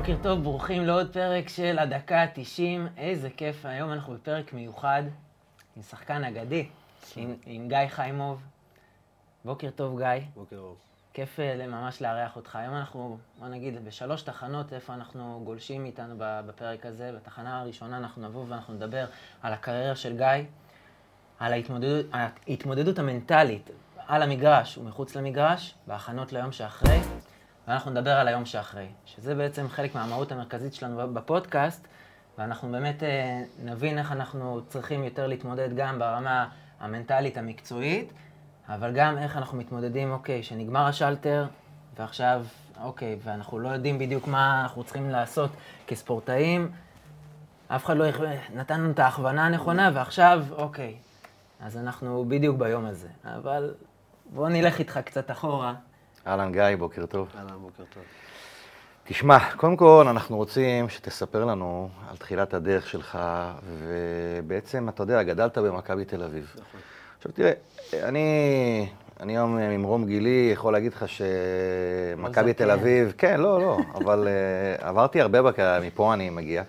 בוקר טוב, ברוכים לעוד פרק של הדקה ה-90. איזה כיף, היום אנחנו בפרק מיוחד עם שחקן אגדי, עם גיא חיימוב. בוקר טוב, גיא. בוקר טוב. כיף ממש לארח אותך. היום אנחנו, בוא נגיד, בשלוש תחנות איפה אנחנו גולשים איתנו בפרק הזה. בתחנה הראשונה אנחנו נבוא ואנחנו נדבר על הקריירה של גיא, על ההתמודדות המנטלית על המגרש ומחוץ למגרש, בהכנות ליום שאחרי. ואנחנו נדבר על היום שאחרי, שזה בעצם חלק מהמהות המרכזית שלנו בפודקאסט, ואנחנו באמת נבין איך אנחנו צריכים יותר להתמודד גם ברמה המנטלית המקצועית, אבל גם איך אנחנו מתמודדים, שנגמר השלטר, ועכשיו, ואנחנו לא יודעים בדיוק מה אנחנו צריכים לעשות כספורטאים, אף אחד לא נתן לנו את ההכוונה הנכונה, ועכשיו, אז אנחנו בדיוק ביום הזה. אבל בואו נלך איתך קצת אחורה. אהלן גיא, בוקר טוב. אהלן, בוקר טוב. תשמע, קודם כל אנחנו רוצים שתספר לנו על תחילת הדרך שלך, ובעצם, אתה יודע, גדלת במכבי תל אביב. נכון. עכשיו תראה, אני היום ממרום גילי יכול להגיד לך שמכבי תל אביב, כן, לא, אבל עברתי הרבה מפה אני מגיע.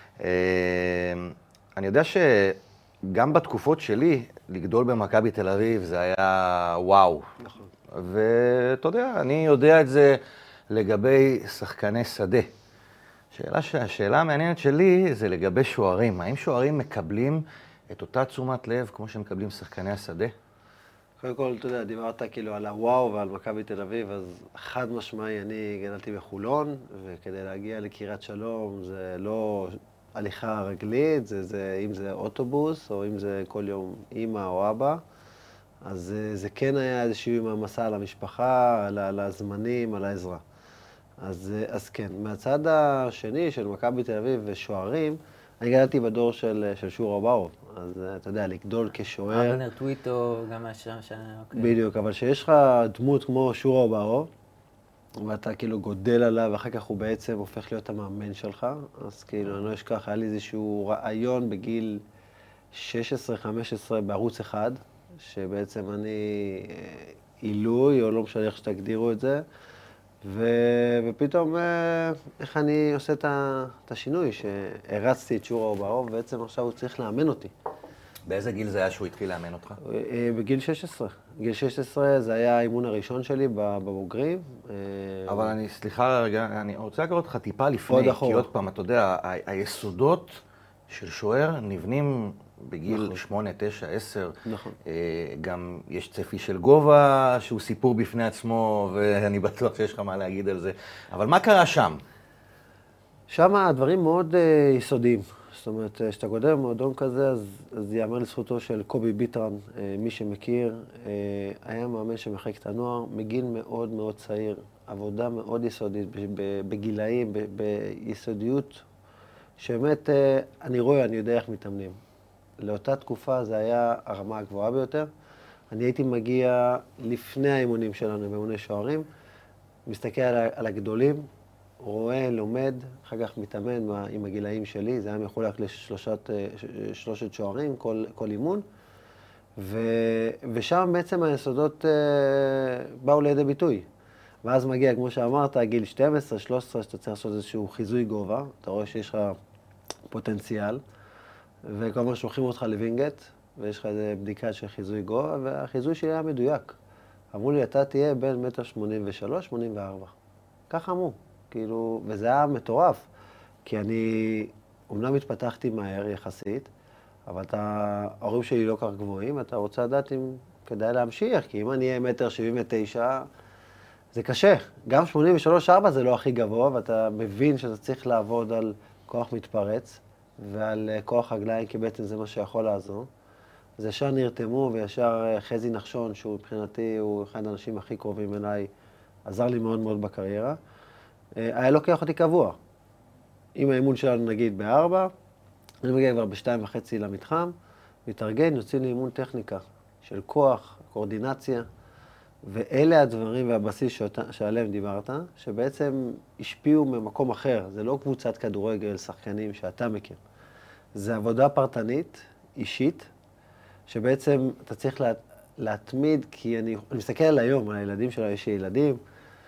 אני יודע שגם בתקופות שלי, לגדול במכבי תל אביב זה היה וואו. נכון. ואתה יודע, אני יודע את זה לגבי שחקני שדה. השאלה המעניינת שלי זה לגבי שוערים. האם שוערים מקבלים את אותה תשומת לב כמו שמקבלים שחקני השדה? קודם כל, אתה יודע, דיברת כאילו על הוואו ועל מכבי תל אביב, אז חד משמעי, אני גדלתי בחולון, וכדי להגיע לקריית שלום זה לא הליכה רגלית, אם זה אוטובוס או אם זה כל יום אמא או אבא. אז זה כן היה איזשהו מסע על המשפחה, על הזמנים, על העזרה. אז כן, מהצד השני של מכבי תל אביב ושוערים, אני גדלתי בדור של שורה אוברוב. אז אתה יודע, לגדול כשוער. אבנר טוויטו, גם מהשם בדיוק, אבל שיש לך דמות כמו שורה אוברוב, ואתה כאילו גודל עליו, ואחר כך הוא בעצם הופך להיות המאמן שלך, אז כאילו, אני לא אשכח, היה לי איזשהו רעיון בגיל 16-15 בערוץ אחד, שבעצם אני עילוי, או לא משנה איך שתגדירו את זה, ופתאום איך אני עושה את השינוי, שהרצתי את שורה אוברוב, ובעצם עכשיו הוא צריך לאמן אותי. באיזה גיל זה היה שהוא התחיל לאמן אותך? בגיל 16. גיל 16 זה היה האימון הראשון שלי בבוגרים. אבל סליחה רגע, אני רוצה לקרוא אותך טיפה לפני, כי עוד פעם, אתה יודע, היסודות של שוער נבנים בגיל 8, 9, 10. נכון. גם יש צפי של גובה, שהוא סיפור בפני עצמו, ואני בטוח שיש לך מה להגיד על זה. אבל מה קרה שם? שם הדברים מאוד יסודיים. זאת אומרת, כשאתה גודל במועדון כזה, אז יאמר לזכותו של קובי ביטרן, מי שמכיר, היה מאמן שמחלקת הנוער, מגיל מאוד מאוד צעיר, עבודה מאוד יסודית, בגילאים, ביסודיות, שבאמת אני רואה, אני יודע איך מתאמנים. לאותה תקופה זה היה הרמה הגבוהה ביותר. אני הייתי מגיע לפני האימונים שלנו, באימוני שוערים, מסתכל על הגדולים, רואה, לומד, אחר כך מתאמן עם הגילאים שלי, זה היה מחולק לשלושת שוערים, כל אימון, ושם בעצם היסודות באו לידי ביטוי. ואז מגיע, כמו שאמרת, גיל 12, 13, שאתה צריך לעשות איזשהו חיזוי גובה, אתה רואה שיש לך פוטנציאל, וכלומר שולחים אותך לווינגייט, ויש לך איזו בדיקה של חיזוי גובה, והחיזוי שלי היה מדויק. אמרו לי, אתה תהיה בין 1.83 מ' 84. ככה אמרו. כאילו, וזה היה מטורף, כי אני אומנם התפתחתי מהר יחסית, אבל ההורים שלי לא כך גבוהים, אתה רוצה לדעת אם כדאי להמשיך, כי אם אני אהיה 1.79 מ', זה קשה. גם 83-4 זה לא הכי גבוה, ואתה מבין שאתה צריך לעבוד על כוח מתפרץ, ועל כוח רגליים, כי בעצם זה מה שיכול לעזור. אז ישר נרתמו, וישר חזי נחשון, שהוא מבחינתי, הוא אחד האנשים הכי קרובים אליי, עזר לי מאוד מאוד בקריירה. היה לוקח אותי קבוע. עם האימון שלנו נגיד ב-4, אני מגיע כבר ב-2.5 למתחם, מתארגן, יוצאים לי אימון טכניקה של כוח, קואורדינציה, ואלה הדברים והבסיס שעליהם דיברת, שבעצם השפיעו ממקום אחר. זה לא קבוצת כדורגל, שחקנים שאתה מכיר. זה עבודה פרטנית, אישית, שבעצם אתה צריך להתמיד, כי אני מסתכל על היום, על הילדים שלה, יש ילדים,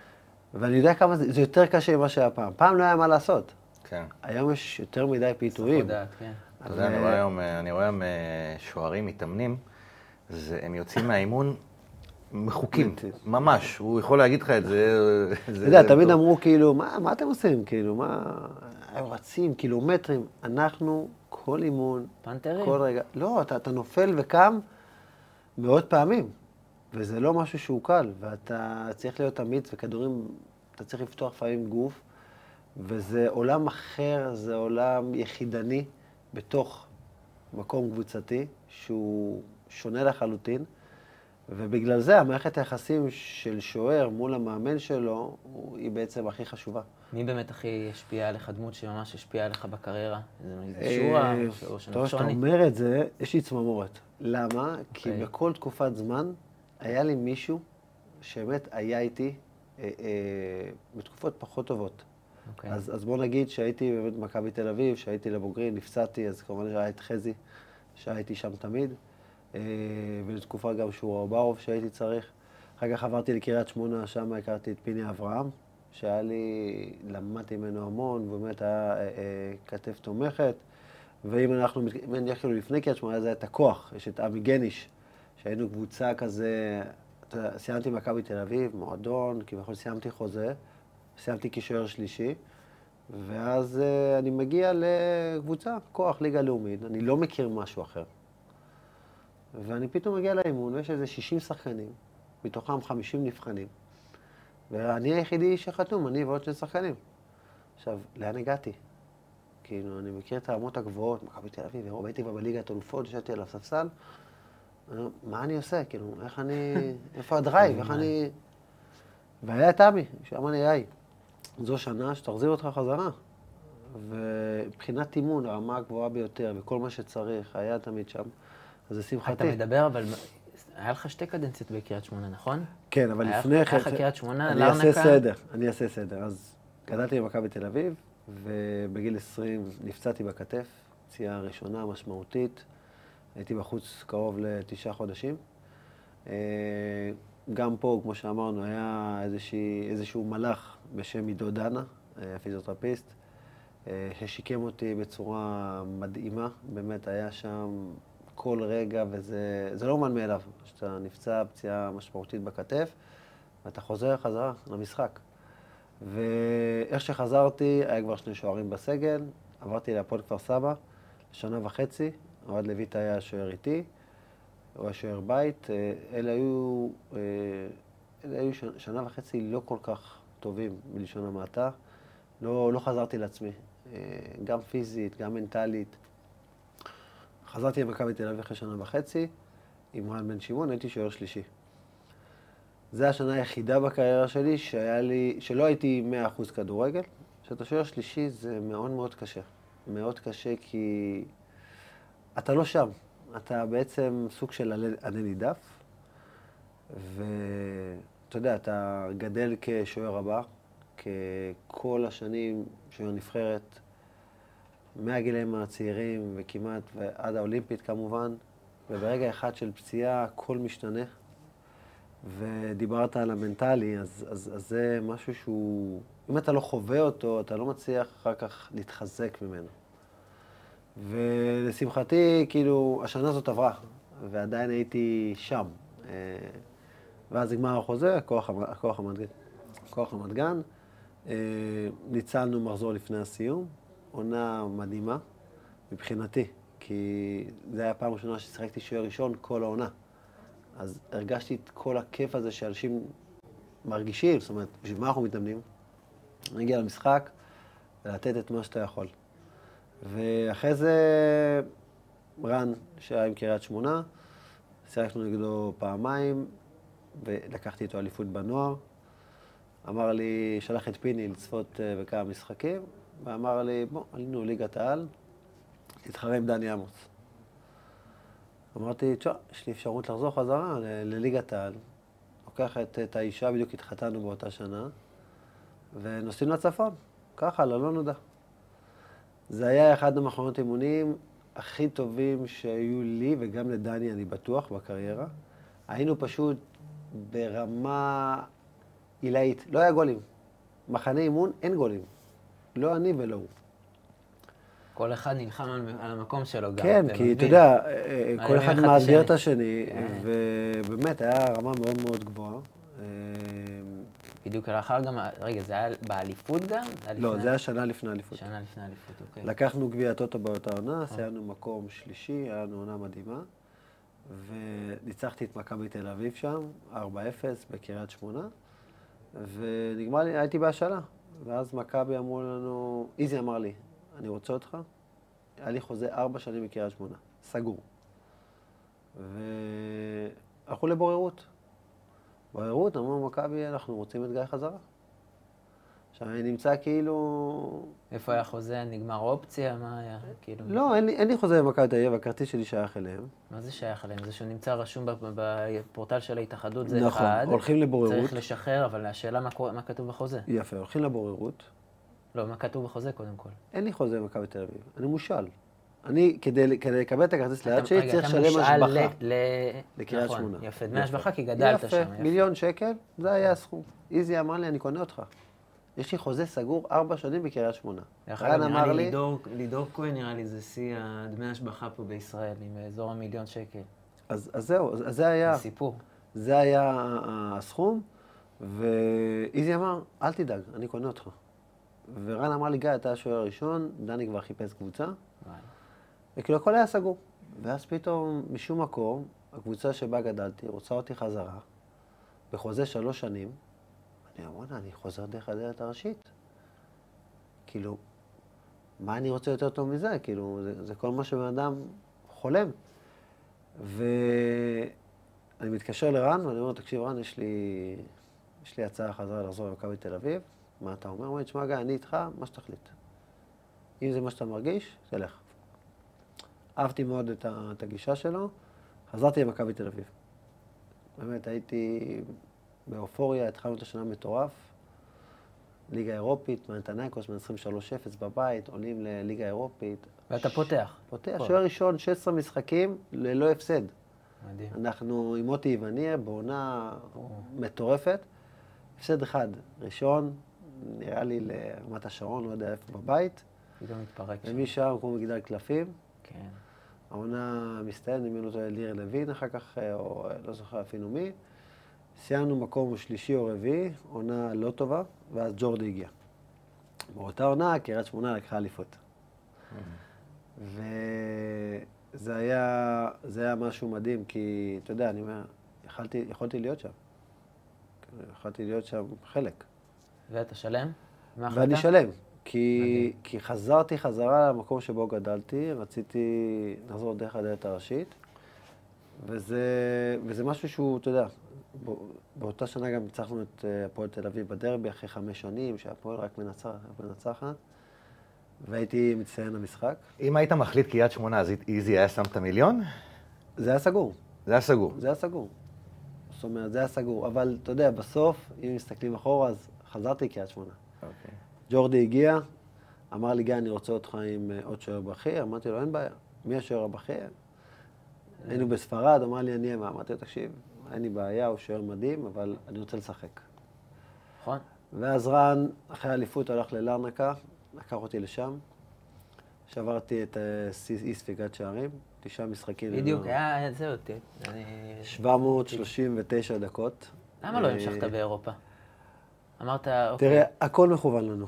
ואני יודע כמה זה יותר קשה ממה שהיה פעם. פעם לא היה מה לעשות. כן. היום יש יותר מדי פיתויים. דעת, כן. אתה יודע, אני רואה היום שוערים מתאמנים, הם יוצאים מהאימון מחוקים, ממש. הוא יכול להגיד לך את זה. אתה יודע, תמיד אמרו כאילו, מה אתם עושים? כאילו, מה... הם רצים קילומטרים. אנחנו, כל אימון, פנתרים. כל רגע... לא, אתה נופל וקם מאות פעמים, וזה לא משהו שהוא קל, ואתה צריך להיות אמיץ, וכדורים, אתה צריך לפתוח לפעמים גוף, וזה עולם אחר, זה עולם יחידני בתוך מקום קבוצתי, שהוא שונה לחלוטין, ובגלל זה המערכת היחסים של שוער מול המאמן שלו, היא בעצם הכי חשובה. מי באמת הכי השפיע עליך, דמות שממש השפיעה עליך בקריירה? זה שועה או טוב, שנחשוני? שאתה אומר את זה, יש לי צמרמורת. למה? כי בכל תקופת זמן היה לי מישהו שבאמת היה איתי בתקופות פחות טובות. אז בוא נגיד שהייתי באמת במכבי תל אביב, שהייתי לבוגרים, נפצעתי, אז כמובן היה את חזי, שהייתי שם תמיד. ולתקופה גם שהוא אוברוב שהייתי צריך. אחר כך עברתי לקריית שמונה, שם הכרתי את פיני אברהם, שהיה לי, למדתי ממנו המון, ובאמת היה כתף תומכת. ואם אנחנו, כאילו לפני קריית שמונה, זה היה את הכוח, יש את עמי גניש, שהיינו קבוצה כזה, סיימתי מכבי תל אביב, מועדון, כביכול סיימתי חוזה, סיימתי כשוער שלישי, ואז אני מגיע לקבוצה, כוח, ליגה לאומית, אני לא מכיר משהו אחר. ואני פתאום מגיע לאימון, ויש איזה 60 שחקנים, מתוכם 50 נבחנים. ואני היחידי שחתום, אני ועוד 2 שחקנים. עכשיו, לאן הגעתי? כאילו, אני מכיר את הרמות הגבוהות, מכבי תל אביב, הייתי כבר בליגת אלופות, ישבתי על הספסל. מה אני עושה? כאילו, איך אני... איפה הדרייב? איך אני... והיה את עמי, שאמר לי, היי, זו שנה שתחזיר אותך חזרה. ובחינת אימון, הרמה הגבוהה ביותר, וכל מה שצריך, היה תמיד שם. אז זה שמחתי. אתה מדבר, אבל היה לך 2 קדנציות בקריית שמונה, נכון? כן, אבל לפני כן... היה לך קריית שמונה, אני אעשה סדר. אז גדלתי במכבי תל אביב, ובגיל 20 נפצעתי בכתף, פציעה ראשונה משמעותית. הייתי בחוץ קרוב ל9 חודשים. גם פה, כמו שאמרנו, היה איזשהו מלאך בשם עידו דנה, הפיזיותרפיסט, ששיקם אותי בצורה מדהימה. באמת היה שם כל רגע, וזה לא מובן מאליו, שאתה נפצע פציעה משמעותית בכתף, ואתה חוזר חזרה למשחק. ואיך שחזרתי, היה כבר 2 שוערים בסגל, עברתי להפועל כפר סבא, 1.5 שנה, אוהד לויט היה שוער איתי, הוא היה שוער בית. אלה היו 1.5 שנה לא כל כך טובים בלשון המעטה. לא חזרתי לעצמי, גם פיזית, גם מנטלית. חזרתי למכבי תל אביב אחרי 1.5 שנה, עם רן בן שמעון, הייתי שוער שלישי. זו השנה היחידה בקריירה שלי שלא הייתי 100% כדורגל. כשאתה שוער שלישי זה מאוד מאוד קשה. מאוד קשה כי אתה לא שם. אתה בעצם סוג של עלה נידף. ואתה יודע, אתה גדל כשוער הבא, ככל השנים שוער נבחרת, מהגילאים הצעירים וכמעט ועד האולימפית כמובן, וברגע אחד של פציעה הכל משתנה. ודיברת על המנטלי, אז זה משהו שהוא, אם אתה לא חווה אותו, אתה לא מצליח אחר כך להתחזק ממנו. ולשמחתי, כאילו, השנה הזאת עברה, ועדיין הייתי שם. ואז נגמר החוזה, כוח רמת גן. ניצלנו מחזור לפני הסיום, עונה מדהימה מבחינתי, כי זה היה הפעם ראשונה ששיחקתי שוער ראשון כל העונה. אז הרגשתי את כל הכיף הזה שאנשים מרגישים, זאת אומרת, בשביל מה אנחנו מתאמנים? נגיע למשחק ולתת את מה שאתה יכול. ואחרי זה רן, שהיה עם קריית שמונה, שיחקנו נגדו פעמיים, ולקחתי איתו אליפות בנוער. אמר לי, שלח את פיני לצפות בכמה משחקים, ואמר לי, בוא, עלינו ליגת העל, תתחרה עם דני עמוס. אמרתי, תשמע, יש לי אפשרות לחזור חזרה לליגת העל. לוקח את האישה, בדיוק התחתנו באותה שנה, ונוסעים לצפון, ככה, לא נודע. זה היה אחד המחנות אימונים הכי טובים שהיו לי, וגם לדני, אני בטוח, בקריירה. היינו פשוט ברמה עילאית, לא היה גולים. מחנה אימון, אין גולים. לא אני ולא הוא. כל אחד נלחם על המקום שלו גם. כן, כי אתה יודע, כל אחד מאתגר את השני, ובאמת היה רמה מאוד מאוד גבוהה. בדיוק לאחר גם, רגע, זה היה באליפות גם? לא, זה היה שנה לפני האליפות. שנה לפני האליפות, אוקיי. לקחנו גביע הטוטו באותה עונה, סיימנו מקום שלישי, היה לנו עונה מדהימה, וניצחתי את מכבי תל אביב שם, 4-0 בקריית שמונה, ונגמר לי, הייתי בהשאלה. ואז מכבי אמרו לנו, איזי אמר לי, אני רוצה אותך, היה לי חוזה 4 שנים בקריית שמונה, סגור. והלכו לבוררות. בוררות, אמרו מכבי, אנחנו רוצים את גיא חזרה. עכשיו, אני נמצא כאילו... איפה היה חוזה? נגמר אופציה? מה היה? כאילו... לא, אין לי חוזה במכבי תל אביב, הכרטיס שלי שייך אליהם. מה זה שייך אליהם? זה שהוא נמצא רשום בפורטל של ההתאחדות זה נכון, אחד. הולכים לבוררות. צריך לשחרר, אבל השאלה מה כתוב בחוזה. יפה, הולכים לבוררות. לא, מה כתוב בחוזה קודם כל? אין לי חוזה במכבי תל אביב, אני מושל. אני, כדי לקבל את הכרטיס ליד שלי, צריך לשלם השבחה. אתה מושאל לקריית נכון, שמונה. יפה, דמי השבחה כי גדלת שם. יפה, 1,000,000 שקל, זה היה הסכום. איזי אמר לי, אני קונה אותך. יש לי חוזה סגור 4 שנים בקריית שמונה. רן אמר לי... לידור כהן נראה לי זה שיא דמי השבחה פה בישראל, עם אזור 1,000,000 שקל. אז זהו, אז זה היה... זה סיפור. זה היה הסכום, ואיזי אמר, אל תדאג, אני קונה אותך. ורן אמר לי, גיא, אתה השוער הראשון, דני כבר חיפש קבוצה. וכאילו הכל היה סגור. ואז פתאום, משום מקום, הקבוצה שבה גדלתי רוצה אותי חזרה, בחוזה 3 שנים. אני אומר, אני חוזר דרך הדלת הראשית. כאילו, מה אני רוצה יותר טוב מזה? כאילו, זה כל מה שבן אדם חולם. ואני מתקשר לרן, ואני אומר, תקשיב, רן, יש לי הצעה חזרה לחזור למכבי תל אביב. מה אתה אומר? הוא אומר, תשמע, גיא, אני איתך, מה שתחליט. אם זה מה שאתה מרגיש, תלך. אהבתי מאוד את הגישה שלו, חזרתי למכבי תל אביב. באמת, הייתי באופוריה, התחלנו את השנה מטורף. ליגה אירופית, פנתנייקוס, 23-0 בבית, עולים לליגה אירופית. ואתה פותח. פותח, שוער ראשון, 16 משחקים ללא הפסד. מדהים. אנחנו עם מוטי וניר בעונה מטורפת. הפסד אחד, ראשון, נראה לי לרמת השרון, לא יודע איפה בבית. פתאום מתפרק שם. ומשם כמו מגדל קלפים. כן. העונה מסתיים, נמינו אותו ליר לוין אחר כך, או לא זוכר אפילו מי. סיימנו מקום שלישי או רביעי, עונה לא טובה, ואז ג'ורדי הגיע. באותה עונה, קריית שמונה לקחה אליפות. וזה היה משהו מדהים, כי אתה יודע, אני אומר, יכולתי להיות שם. יכולתי להיות שם חלק. ואתה שלם? ואני שלם, כי חזרתי חזרה למקום שבו גדלתי, רציתי לחזור דרך הדלת הראשית, וזה משהו שהוא, אתה יודע, באותה שנה גם ניצחנו את הפועל תל אביב בדרבי אחרי 5 שנים, שהפועל רק מנצחת, והייתי מצטיין למשחק. אם היית מחליט קריית שמונה, אז איזי היה שם את ה1,000,000? זה היה סגור. זה היה סגור. זה היה סגור. זאת אומרת, זה היה סגור. אבל אתה יודע, בסוף, אם מסתכלים אחורה, אז חזרתי לקריית שמונה. אוקיי. ג'ורדי הגיע, אמר לי, גיא, אני רוצה אותך עם עוד שוער בכיר. אמרתי לו, אין בעיה. מי השוער הבכיר? היינו בספרד, אמר לי, אני אמה. אמרתי לו, תקשיב, אין לי בעיה, הוא שוער מדהים, אבל אני רוצה לשחק. נכון. ואז רן, אחרי האליפות, הלך ללרנקה, לקח אותי לשם. שברתי את אי ספיגת שערים, 9 משחקים. בדיוק, היה זה אותי. 739 דקות. למה לא המשכת באירופה? אמרת, אוקיי. תראה, הכל מכוון לנו.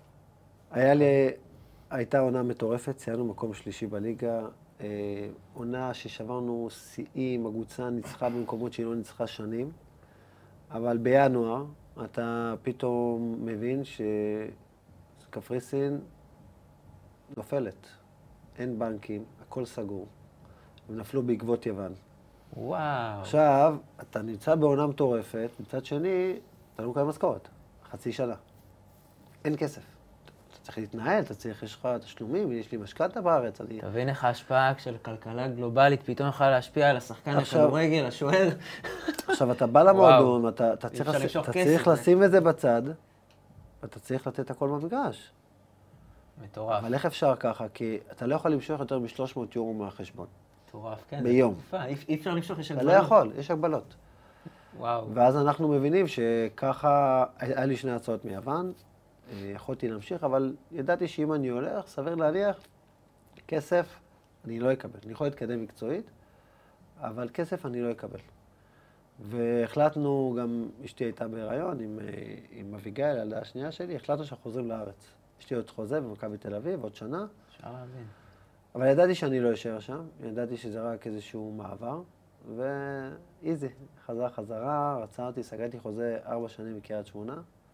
הייתה עונה מטורפת, סיימנו מקום שלישי בליגה. עונה ששברנו שיאים, הקבוצה ניצחה במקומות שהיא לא ניצחה שנים. אבל בינואר אתה פתאום מבין שקפריסין נופלת. אין בנקים, הכל סגור. הם נפלו בעקבות יוון. וואו. עכשיו, אתה נמצא בעונה מטורפת, מצד שני, אתה לא מקבל משכורת. חצי שנה. אין כסף. אתה צריך להתנהל, יש לך תשלומים, יש לי משכנתא בארץ. תבין איך ההשפעה של כלכלה גלובלית פתאום יכולה להשפיע על השחקן, הכדורגל, השוער. עכשיו, אתה בא למועדון, אתה צריך לשים את זה בצד, ואתה צריך לתת הכל במגרש. מטורף. אבל איך אפשר ככה? כי אתה לא יכול למשוך יותר מ-300 יורו מהחשבון. מטורף, כן. ביום. אי אפשר למשוך, יש הגבלות. אתה לא יכול, יש הגבלות. וואו. ואז אנחנו מבינים שככה, היה לי 2 הצעות מיוון, יכולתי להמשיך, אבל ידעתי שאם אני הולך, סביר להניח, כסף אני לא אקבל. אני יכול להתקדם מקצועית, אבל כסף אני לא אקבל. והחלטנו, גם אשתי הייתה בהיריון עם אביגיל, הילדה השנייה שלי, החלטנו שאנחנו חוזרים לארץ. יש לי עוד חוזה במכבי תל אביב, עוד שנה. אפשר להבין. אבל ידעתי שאני לא אשאר שם, ידעתי שזה רק איזשהו מעבר, ואיזי, חזרה, רצה אותי, סגרתי חוזה 4 שנים בקריית שמונה,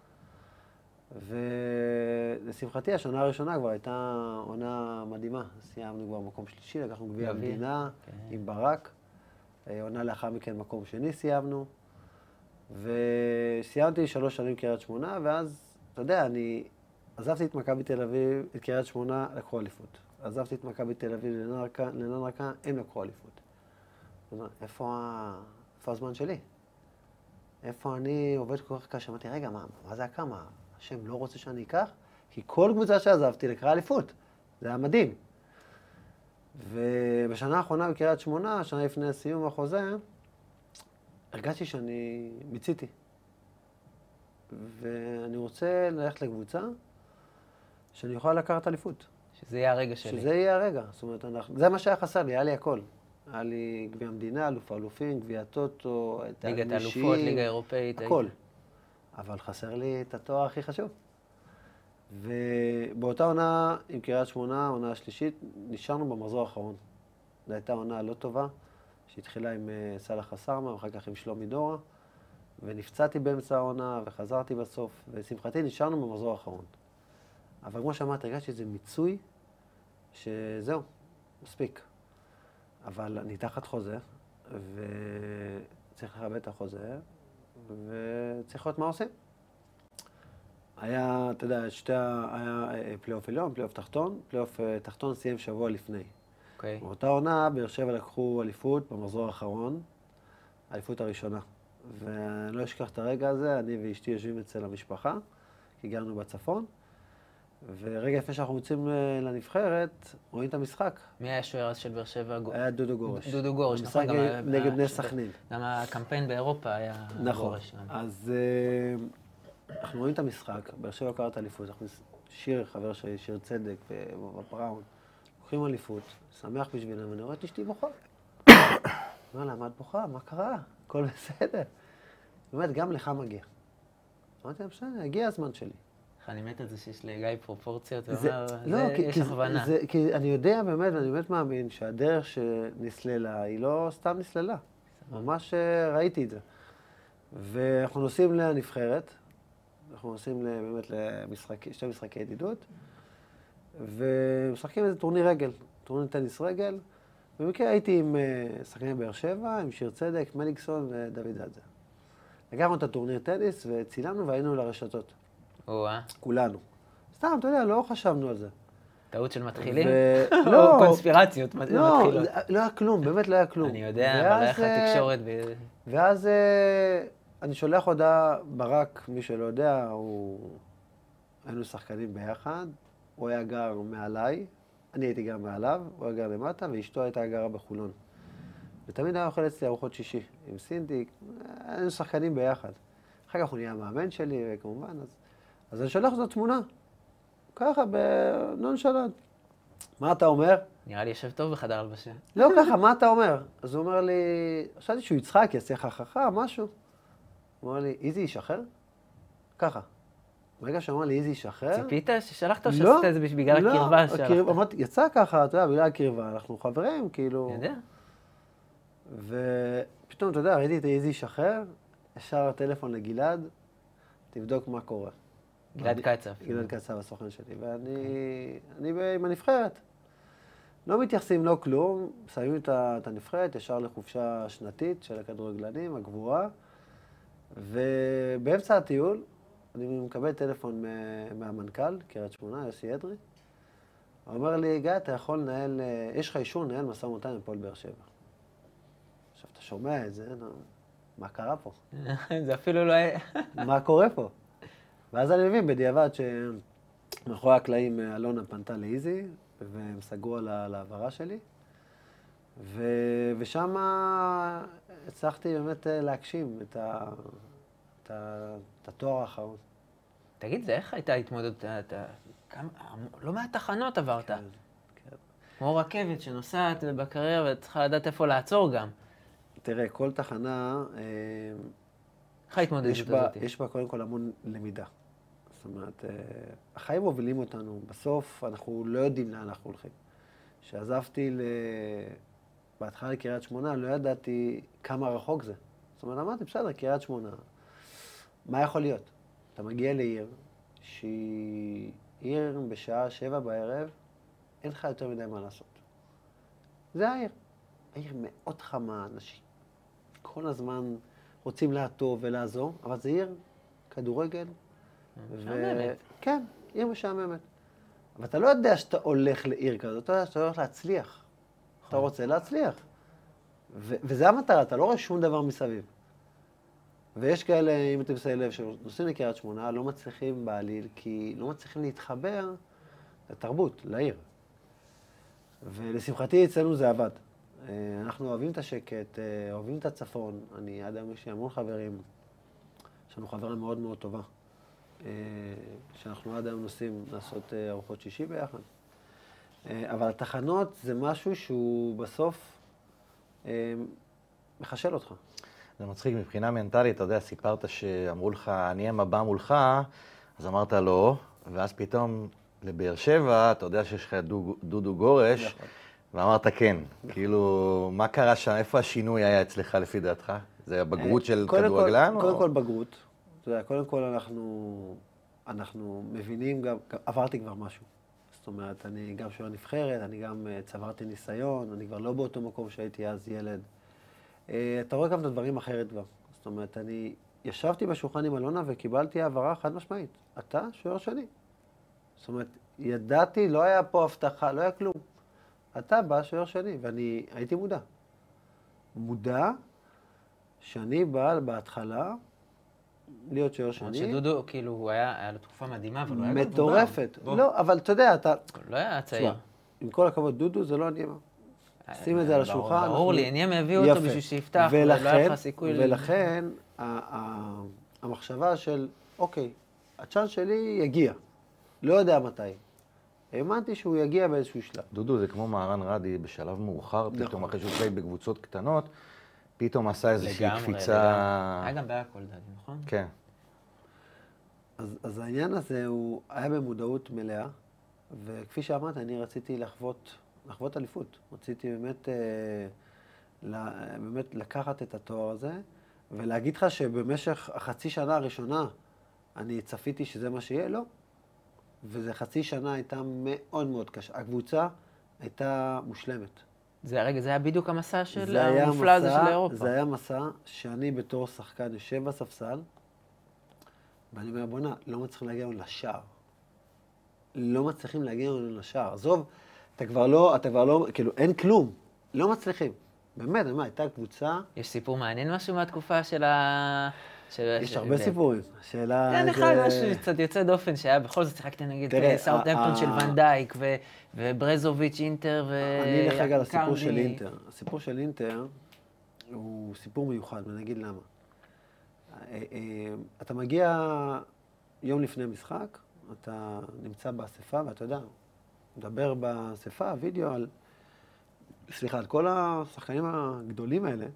ולשמחתי, השנה הראשונה כבר הייתה עונה מדהימה. סיימנו כבר מקום שלישי, לקחנו גביע המדינה עם ברק, עונה לאחר מכן מקום שני סיימנו, וסיימתי 3 שנים בקריית שמונה, ואז, אתה יודע, אני עזבתי את מכבי תל אביב, את קריית שמונה, לקחו אליפות. עזבתי את מכבי תל אביב לנרקה, הם לקחו אליפות. איפה הזמן שלי? איפה אני עובד כל כך קשה? אמרתי, רגע, מה זה הקמה? השם לא רוצה שאני אקח? כי כל קבוצה שעזבתי לקחה אליפות. זה היה מדהים. ובשנה האחרונה בקריית שמונה, שנה לפני סיום החוזה, הרגשתי שאני מיציתי. ואני רוצה ללכת לקבוצה שאני יכול לקחת אליפות. שזה יהיה הרגע שלי. שזה יהיה הרגע. זאת אומרת, זה מה שהיה חסר לי, היה לי הכל. היה לי גביע המדינה, אלוף האלופים, גביע הטוטו, את ליגת האלופות, ליגה אירופאית. הכל. אבל חסר לי את התואר הכי חשוב. ובאותה עונה עם קריית שמונה, העונה השלישית, נשארנו במחזור האחרון. זו הייתה עונה לא טובה, שהתחילה עם סלאח חסרמה, ואחר כך עם שלומי דורה, ונפצעתי באמצע העונה, וחזרתי בסוף, ולשמחתי נשארנו במחזור האחרון. אבל כמו שאמרת, הרגשתי שזה מיצוי, שזהו, מספיק. אבל אני תחת חוזה, וצריך לכבד את החוזה, וצריך לראות מה עושים. היה, אתה יודע, היה פלייאוף עליון, פלייאוף תחתון. פלייאוף תחתון סיים שבוע לפני. אוקיי. באותה עונה, באר שבע לקחו אליפות במחזור האחרון, האליפות הראשונה. ואני לא אשכח את הרגע הזה, אני ואשתי יושבים אצל המשפחה, כי גרנו בצפון, ורגע לפני שאנחנו יוצאים לנבחרת, רואים את המשחק. מי היה השוער אז של באר שבע? היה דודו גורש. דודו גורש, נכון. המשחק נגד בני סכנין. גם הקמפיין באירופה היה גורש. נכון. אז אנחנו רואים את המשחק, באר שבע קראת אליפות, שיר, חבר שלי, שיר צדק בפראון, לוקחים אליפות, שמח בשבילם, ואני רואה את אשתי בוכה. אומר לה, מה את בוכה? מה קרה? הכל בסדר. באמת, גם לך מגיע. אמרתי לה, בסדר, הגיע הזמן שלי. אני מת על זה שיש לגיא פרופורציות, לא, יש הכוונה. כי אני יודע באמת, ואני באמת מאמין שהדרך שנסללה היא לא סתם נסללה. ממש ראיתי את זה. ואנחנו נוסעים לנבחרת, אנחנו נוסעים באמת לשתי משחקי ידידות, ומשחקים איזה טורניר רגל, טורניר טניס רגל. במקרה הייתי עם שחקני באר שבע, עם שיר צדק, מליקסון ודוד זאדה. לקחנו את הטורניר טניס וצילמנו והיינו לרשתות. כולנו. סתם, אתה יודע, לא חשבנו על זה. טעות של מתחילים? לא. או קונספירציות מתחילות? לא היה כלום, באמת לא היה כלום. אני יודע, אבל איך התקשורת... ואז אני שולח הודעה, ברק, מי שלא יודע, היינו שחקנים ביחד, הוא היה גר מעליי, אני הייתי גר מעליו, הוא היה גר למטה, ואשתו הייתה גרה בחולון. ותמיד היה אוכל אצלי ארוחות שישי, עם סינדי, היינו שחקנים ביחד. אחר כך הוא נהיה המאמן שלי, וכמובן, אז אני שולח לו תמונה, ככה, בנונשלנט. מה אתה אומר? נראה לי יושב טוב בחדר הלבשה. לא ככה, מה אתה אומר? אז הוא אומר לי, חשבתי שהוא יצחק, יעשה לך חכם, משהו. הוא אומר לי, איזי ישחרר? ככה. ברגע שהוא אמר לי, איזי ישחרר... ציפית ששלחת או שעשית את זה בגלל הקרבה שלחת? אמרתי, יצא ככה, אתה יודע, בגלל הקרבה, אנחנו חברים, כאילו... אני יודע. ופתאום, אתה יודע, ראיתי את איזי ישחרר, ישר הטלפון לגלעד, תבדוק מה קורה. גלעד קצב. גלעד קצב, הסוכן שלי, ואני עם הנבחרת. לא מתייחסים, לא כלום, שמים את הנבחרת ישר לחופשה שנתית של הכדורגלנים, הגבורה, ובאמצע הטיול אני מקבל טלפון מהמנכ"ל, קריית שמונה, יוסי אדרי, הוא אומר לי, גיא, אתה יכול לנהל, יש לך אישור לנהל משא ומתן עם הפועל באר שבע. עכשיו, אתה שומע את זה, מה קרה פה? זה אפילו לא היה... מה קורה פה? ואז אני מבין בדיעבד שמאחורי הקלעים אלונה פנתה לאיזי, והם סגרו על העברה שלי. ושם הצלחתי באמת להגשים את התואר האחרון. תגיד, איך הייתה ההתמודדות? לא מעט תחנות עברת. כן. כמו רכבת שנוסעת בקריירה וצריכה לדעת איפה לעצור גם. תראה, כל תחנה, איך ההתמודדות הזאת? יש בה קודם כל המון למידה. זאת אומרת, החיים מובילים אותנו. בסוף אנחנו לא יודעים לאן אנחנו הולכים. כשעזבתי בהתחלה לקריית שמונה, לא ידעתי כמה רחוק זה. זאת אומרת, אמרתי, בסדר, קריית שמונה, מה יכול להיות? אתה מגיע לעיר שהיא עיר בשעה 7 בערב, אין לך יותר מדי מה לעשות. זה העיר. העיר מאוד חמה, אנשים כל הזמן רוצים לעטוב ולעזור, אבל זה עיר כדורגל. משעממת. כן, עיר משעממת. אבל אתה לא יודע שאתה הולך לעיר כזאת, אתה יודע שאתה הולך להצליח. אתה רוצה להצליח. וזה המטרה, אתה לא רואה שום דבר מסביב. ויש כאלה, אם אתם שמים לב, שנוסעים לקריית שמונה, לא מצליחים בעליל, כי לא מצליחים להתחבר לתרבות, לעיר. ולשמחתי אצלנו זה עבד. אנחנו אוהבים את השקט, אוהבים את הצפון. עד היום יש לי המון חברים, יש לנו חברה מאוד מאוד טובה, שאנחנו עד היום נוסעים לעשות ארוחות שישי ביחד. אבל התחנות זה משהו שהוא בסוף מחשל אותך. זה מצחיק, מבחינה מנטלית, אתה יודע, סיפרת שאמרו לך, אני אם הבא מולך, אז אמרת לא, ואז פתאום לבאר שבע, אתה יודע שיש לך דודו גורש, נכון. ואמרת כן. כאילו, מה קרה שם? איפה השינוי היה אצלך לפי דעתך? זה הבגרות של כדורגלן? קודם כל בגרות. אתה יודע, קודם כל אנחנו מבינים גם, עברתי כבר משהו. זאת אומרת, אני גם שוער נבחרת, אני גם צברתי ניסיון, אני כבר לא באותו מקום שהייתי אז ילד. אתה רואה גם את הדברים אחרת כבר. זאת אומרת, אני ישבתי בשולחן עם אלונה וקיבלתי העברה חד משמעית. אתה שוער שני. זאת אומרת, ידעתי, לא היה פה הבטחה, לא היה כלום. אתה בא שוער שני, ואני הייתי מודע שאני בא בהתחלה להיות שוער שני. שדודו, כאילו, הוא היה לו תקופה מדהימה, אבל הוא היה גם מטורפת. לא, אבל אתה יודע, אתה... לא היה צעיר. עם כל הכבוד, דודו זה לא עניימה. שים את זה על השולחן. ברור לי, עניין הביאו אותו בשביל שיפתח, ולא היה לך סיכוי. ולכן, המחשבה של, אוקיי, הצ'אנס שלי יגיע. לא יודע מתי. האמנתי שהוא יגיע באיזשהו שלב. דודו זה כמו מהרן רדי בשלב מאוחר, פתאום אחרי שהוא פליי בקבוצות קטנות, פתאום עשה איזושהי קפיצה... היה גם בהכל דדי, נכון? כן. אז העניין הזה הוא היה במודעות מלאה, וכפי שאמרת, אני רציתי לחוות אליפות. רציתי באמת לקחת את התואר הזה, ולהגיד לך שבמשך החצי שנה הראשונה אני צפיתי שזה מה שיהיה? לא. וזה חצי שנה הייתה מאוד מאוד קשה. הקבוצה הייתה מושלמת. זה היה בדיוק המסע של המופלא הזה של אירופה. זה היה מסע שאני בתור שחקן יושב בספסל, ואני אומר, בונה, לא מצליחים להגיע לנו לשער. לא מצליחים להגיע לנו לשער. עזוב, אתה כבר לא, כאילו, אין כלום. לא מצליחים. באמת, הייתה קבוצה... יש סיפור מעניין משהו מהתקופה של יש הרבה סיפורים. השאלה... כן, אחד משהו קצת יוצא דופן, שהיה בכל זאת שיחקתי נגד סאוטהמפטון של ונדייק, וברזוביץ' אינטר, אני אלך רגע לסיפור של אינטר. הסיפור של אינטר הוא סיפור מיוחד, ואני אגיד למה. אתה מגיע יום לפני משחק, אתה נמצא באספה, ואתה יודע, מדבר באספה, וידאו על כל השחקנים הגדולים האלה,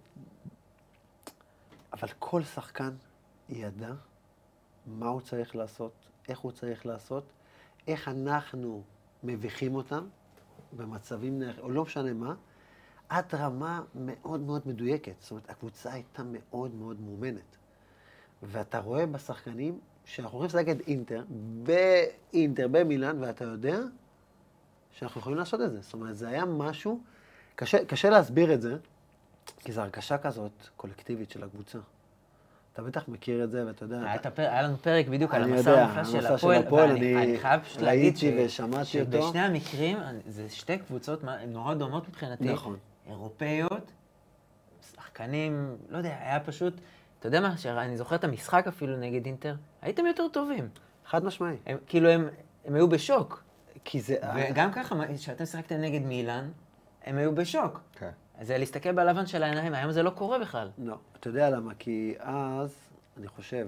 אבל כל שחקן ידע מה הוא צריך לעשות, איך הוא צריך לעשות, איך אנחנו מביכים אותם במצבים, או לא משנה מה, עד רמה מאוד מאוד מדויקת. זאת אומרת, הקבוצה הייתה מאוד מאוד מאומנת. ואתה רואה בשחקנים שאנחנו יכולים לשחק את אינטר, במילאן, ואתה יודע שאנחנו יכולים לעשות את זה. זאת אומרת, זה היה משהו, קשה להסביר את זה, כי זו הרגשה כזאת קולקטיבית של הקבוצה. אתה בטח מכיר את זה, ואתה יודע... היה לנו פרק בדיוק על המסע המופלא של הפועל, ואני חייב פשוט להגיד שבשני המקרים, זה שתי קבוצות נורא דומות מבחינתי, אירופאיות, שחקנים, לא יודע, היה פשוט, אתה יודע מה, אני זוכר את המשחק אפילו נגד אינטר, הייתם יותר טובים. חד משמעי. כאילו הם היו בשוק. כי זה... וגם ככה, כשאתם שחקתם נגד מילאן, הם היו בשוק. כן. זה להסתכל בלבן של העיניים, היום זה לא קורה בכלל. לא, אתה יודע למה? כי אז, אני חושב,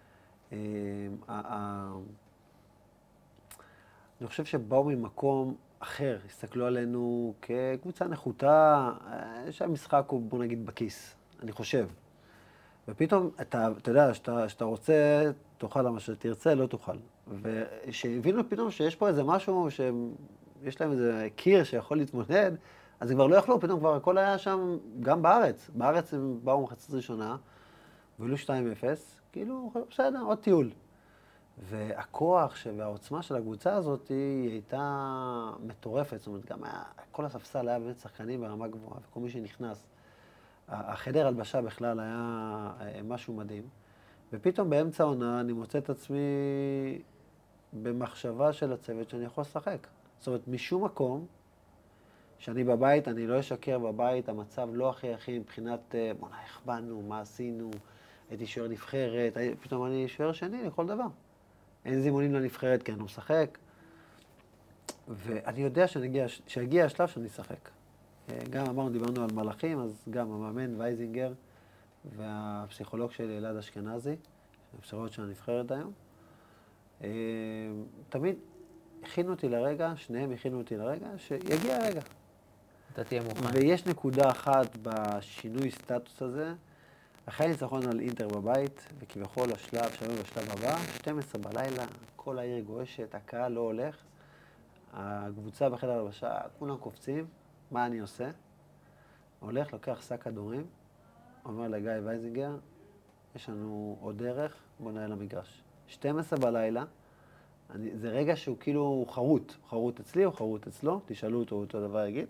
אני חושב שבאו ממקום אחר, הסתכלו עלינו כקבוצה נחותה, שהמשחק הוא, בוא נגיד, בכיס, אני חושב. ופתאום, אתה יודע, שאתה רוצה, תאכל למה שתרצה, לא תאכל. ושהבינו פתאום שיש פה איזה משהו, שיש להם איזה קיר שיכול להתמודד, אז הם כבר לא יכלו, פתאום כבר הכל היה שם, גם בארץ. בארץ הם באו מחצית ראשונה, והעלו 2-0, כאילו, בסדר, עוד טיול. והכוח והעוצמה של הקבוצה הזאת היא הייתה מטורפת. זאת אומרת, גם כל הספסל היה באמת שחקנים ברמה גבוהה, וכל מי שנכנס. החדר הלבשה בכלל היה משהו מדהים. ופתאום באמצע העונה אני מוצא את עצמי במחשבה של הצוות שאני יכול לשחק. זאת אומרת, משום מקום, שאני בבית, אני לא אשקר בבית, המצב לא הכי מבחינת, בוא'נה, איך באנו, מה עשינו, הייתי שוער נבחרת, פתאום אני שוער שני לכל דבר. אין זימונים לנבחרת כי אני לא משחק. ואני יודע שהגיע השלב שאני אשחק. גם אמרנו, דיברנו על מלאכים, אז גם המאמן וייזינגר והפסיכולוג שלי, אלעד אשכנזי, האפשרויות של הנבחרת היום, תמיד הכינו אותי לרגע, שניהם הכינו אותי לרגע, שיגיע הרגע. אתה תהיה מוכן. ויש נקודה אחת בשינוי סטטוס הזה, אחרי ניצחון על אינטר בבית, וכביכול השלב, שלנו בשלב הבא, 12 בלילה, כל העיר גועשת, הקהל לא הולך, הקבוצה בחדר הלבשה, כולם קופצים, מה אני עושה? הולך, לוקח שק כדורים, אומר לגיא וייזינגר, יש לנו עוד דרך, בוא נעלה למגרש. 12 בלילה, זה רגע שהוא כאילו חרוט אצלי או חרוט אצלו, תשאלו אותו דבר יגיד.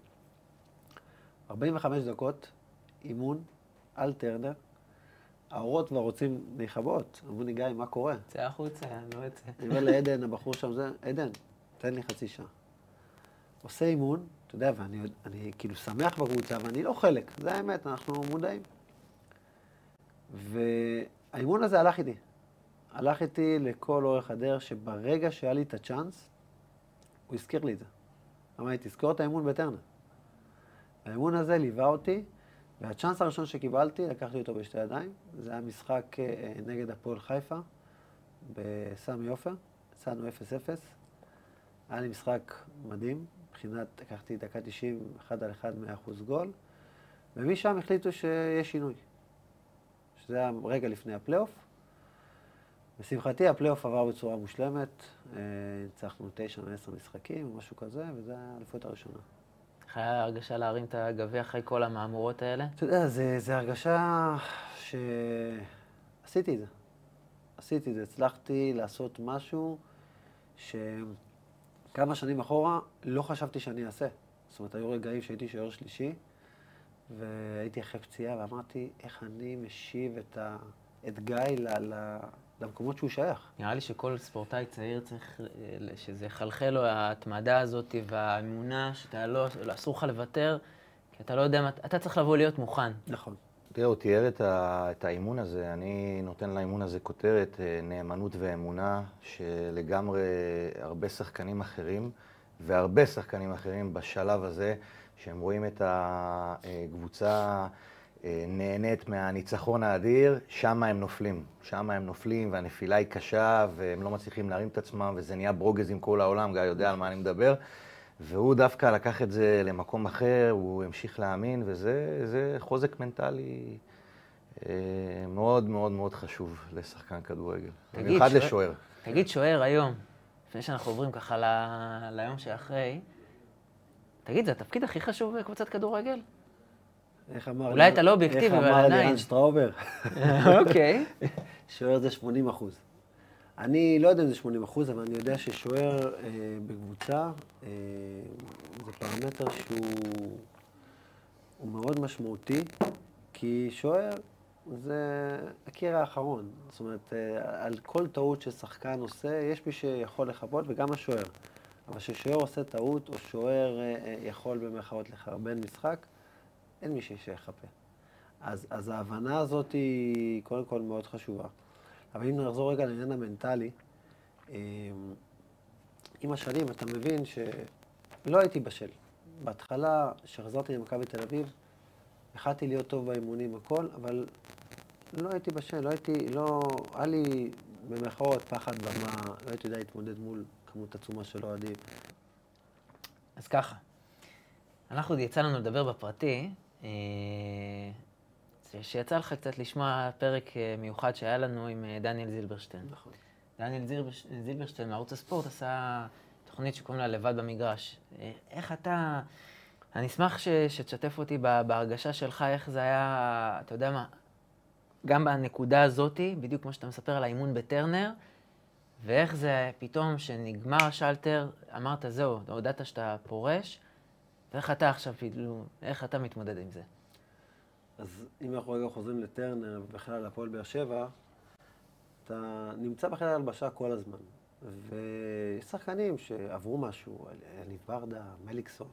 45 דקות, אימון, על טרנר, האורות כבר רוצים להיכבות, אמרו לי, גיא, מה קורה? צא החוצה, אני לא אצא. אני אומר לעדן, הבחור שם זה, עדן, תן לי חצי שעה. עושה אימון, אתה יודע, ואני כאילו שמח בקבוצה, ואני לא חלק, זה האמת, אנחנו מודעים. והאימון הזה הלך איתי לכל אורך הדרך, שברגע שהיה לי את הצ'אנס, הוא הזכיר לי את זה. אמרתי, תזכור את האימון בטרנר. האימון הזה ליווה אותי, והצ'אנס הראשון שקיבלתי, לקחתי אותו בשתי ידיים, זה היה משחק נגד הפועל חיפה, בסמי עופר, יצאנו 0-0. היה לי משחק מדהים, מבחינת, לקחתי דקה 90, 1-1, 100% גול, ומשם החליטו שיש שינוי. שזה היה רגע לפני הפלייאוף. בשמחתי, הפלייאוף עבר בצורה מושלמת, ניצחנו 9 מ-10 משחקים, משהו כזה, וזו האליפות הראשונה. איך היה הרגשה להרים את הגביע אחרי כל המהמורות האלה? אתה יודע, זה הרגשה שעשיתי את זה. עשיתי את זה, הצלחתי לעשות משהו שכמה שנים אחורה לא חשבתי שאני אעשה. זאת אומרת, היו רגעים שהייתי שוער שלישי, והייתי אחרי פציעה ואמרתי, איך אני משיב את גיא למקומות שהוא שייך. נראה לי שכל ספורטאי צעיר צריך שזה יחלחל לו ההתמדה הזאת והאמונה שאתה לא, אסור לך לוותר, כי אתה לא יודע, אתה צריך לבוא להיות מוכן. נכון. תראה, הוא תיאר את האימון הזה, אני נותן לאימון הזה כותרת נאמנות ואמונה, שלגמרי הרבה שחקנים אחרים, והרבה שחקנים אחרים בשלב הזה, שהם רואים את הקבוצה נהנית מהניצחון האדיר, שם הם נופלים, והנפילה היא קשה, והם לא מצליחים להרים את עצמם, וזה נהיה ברוגז עם כל העולם, גיא יודע על מה אני מדבר. והוא דווקא לקח את זה למקום אחר, הוא המשיך להאמין, וזה חוזק מנטלי מאוד מאוד מאוד חשוב לשחקן כדורגל. במיוחד לשוער. תגיד, שוער היום, לפני שאנחנו עוברים ככה ליום שאחרי, תגיד, זה התפקיד הכי חשוב בקבוצת כדורגל? אולי אתה לא אובייקטיבי, אבל עדיין. איך אמר לירן שטראובר? אוקיי. שוער זה 80%. אני לא יודע אם זה 80%, אבל אני יודע ששוער בקבוצה זה פרמטר שהוא מאוד משמעותי, כי שוער זה הקיר האחרון. זאת אומרת, על כל טעות ששחקן עושה, יש מי שיכול לחפות, וגם השוער. אבל כששוער עושה טעות, או שוער יכול במרכאות לחרבן משחק, אין מי שיחפה. אז ההבנה הזאת היא קודם כל מאוד חשובה. אבל אם נחזור רגע לעניין המנטלי, עם השנים אתה מבין שלא הייתי בשל. בהתחלה, כשחזרתי למכבי תל אביב, יכלתי להיות טוב באימונים, הכל, אבל לא הייתי בשל, היה לי במרכאות פחד במה, לא הייתי יודע להתמודד מול כמות עצומה של אוהדים. אז ככה, אנחנו עוד יצא לנו לדבר בפרטי, שיצא לך קצת לשמוע פרק מיוחד שהיה לנו עם דניאל זילברשטיין. נכון. דניאל זילברשטיין מערוץ הספורט עשה תוכנית שקוראים לה לבד במגרש. איך אתה, אני אשמח שתשתף אותי בהרגשה שלך, איך זה היה, אתה יודע מה, גם בנקודה הזאת, בדיוק כמו שאתה מספר על האימון בטרנר, ואיך זה פתאום שנגמר השלטר, אמרת זהו, הודעת שאתה פורש, ואיך אתה עכשיו, איך אתה מתמודד עם זה? אז אם אנחנו רגע חוזרים לטרנר ובכלל להפועל באר שבע, אתה נמצא בחדר הלבשה כל הזמן. ויש שחקנים שעברו משהו, אליניב ברדה, מליקסון.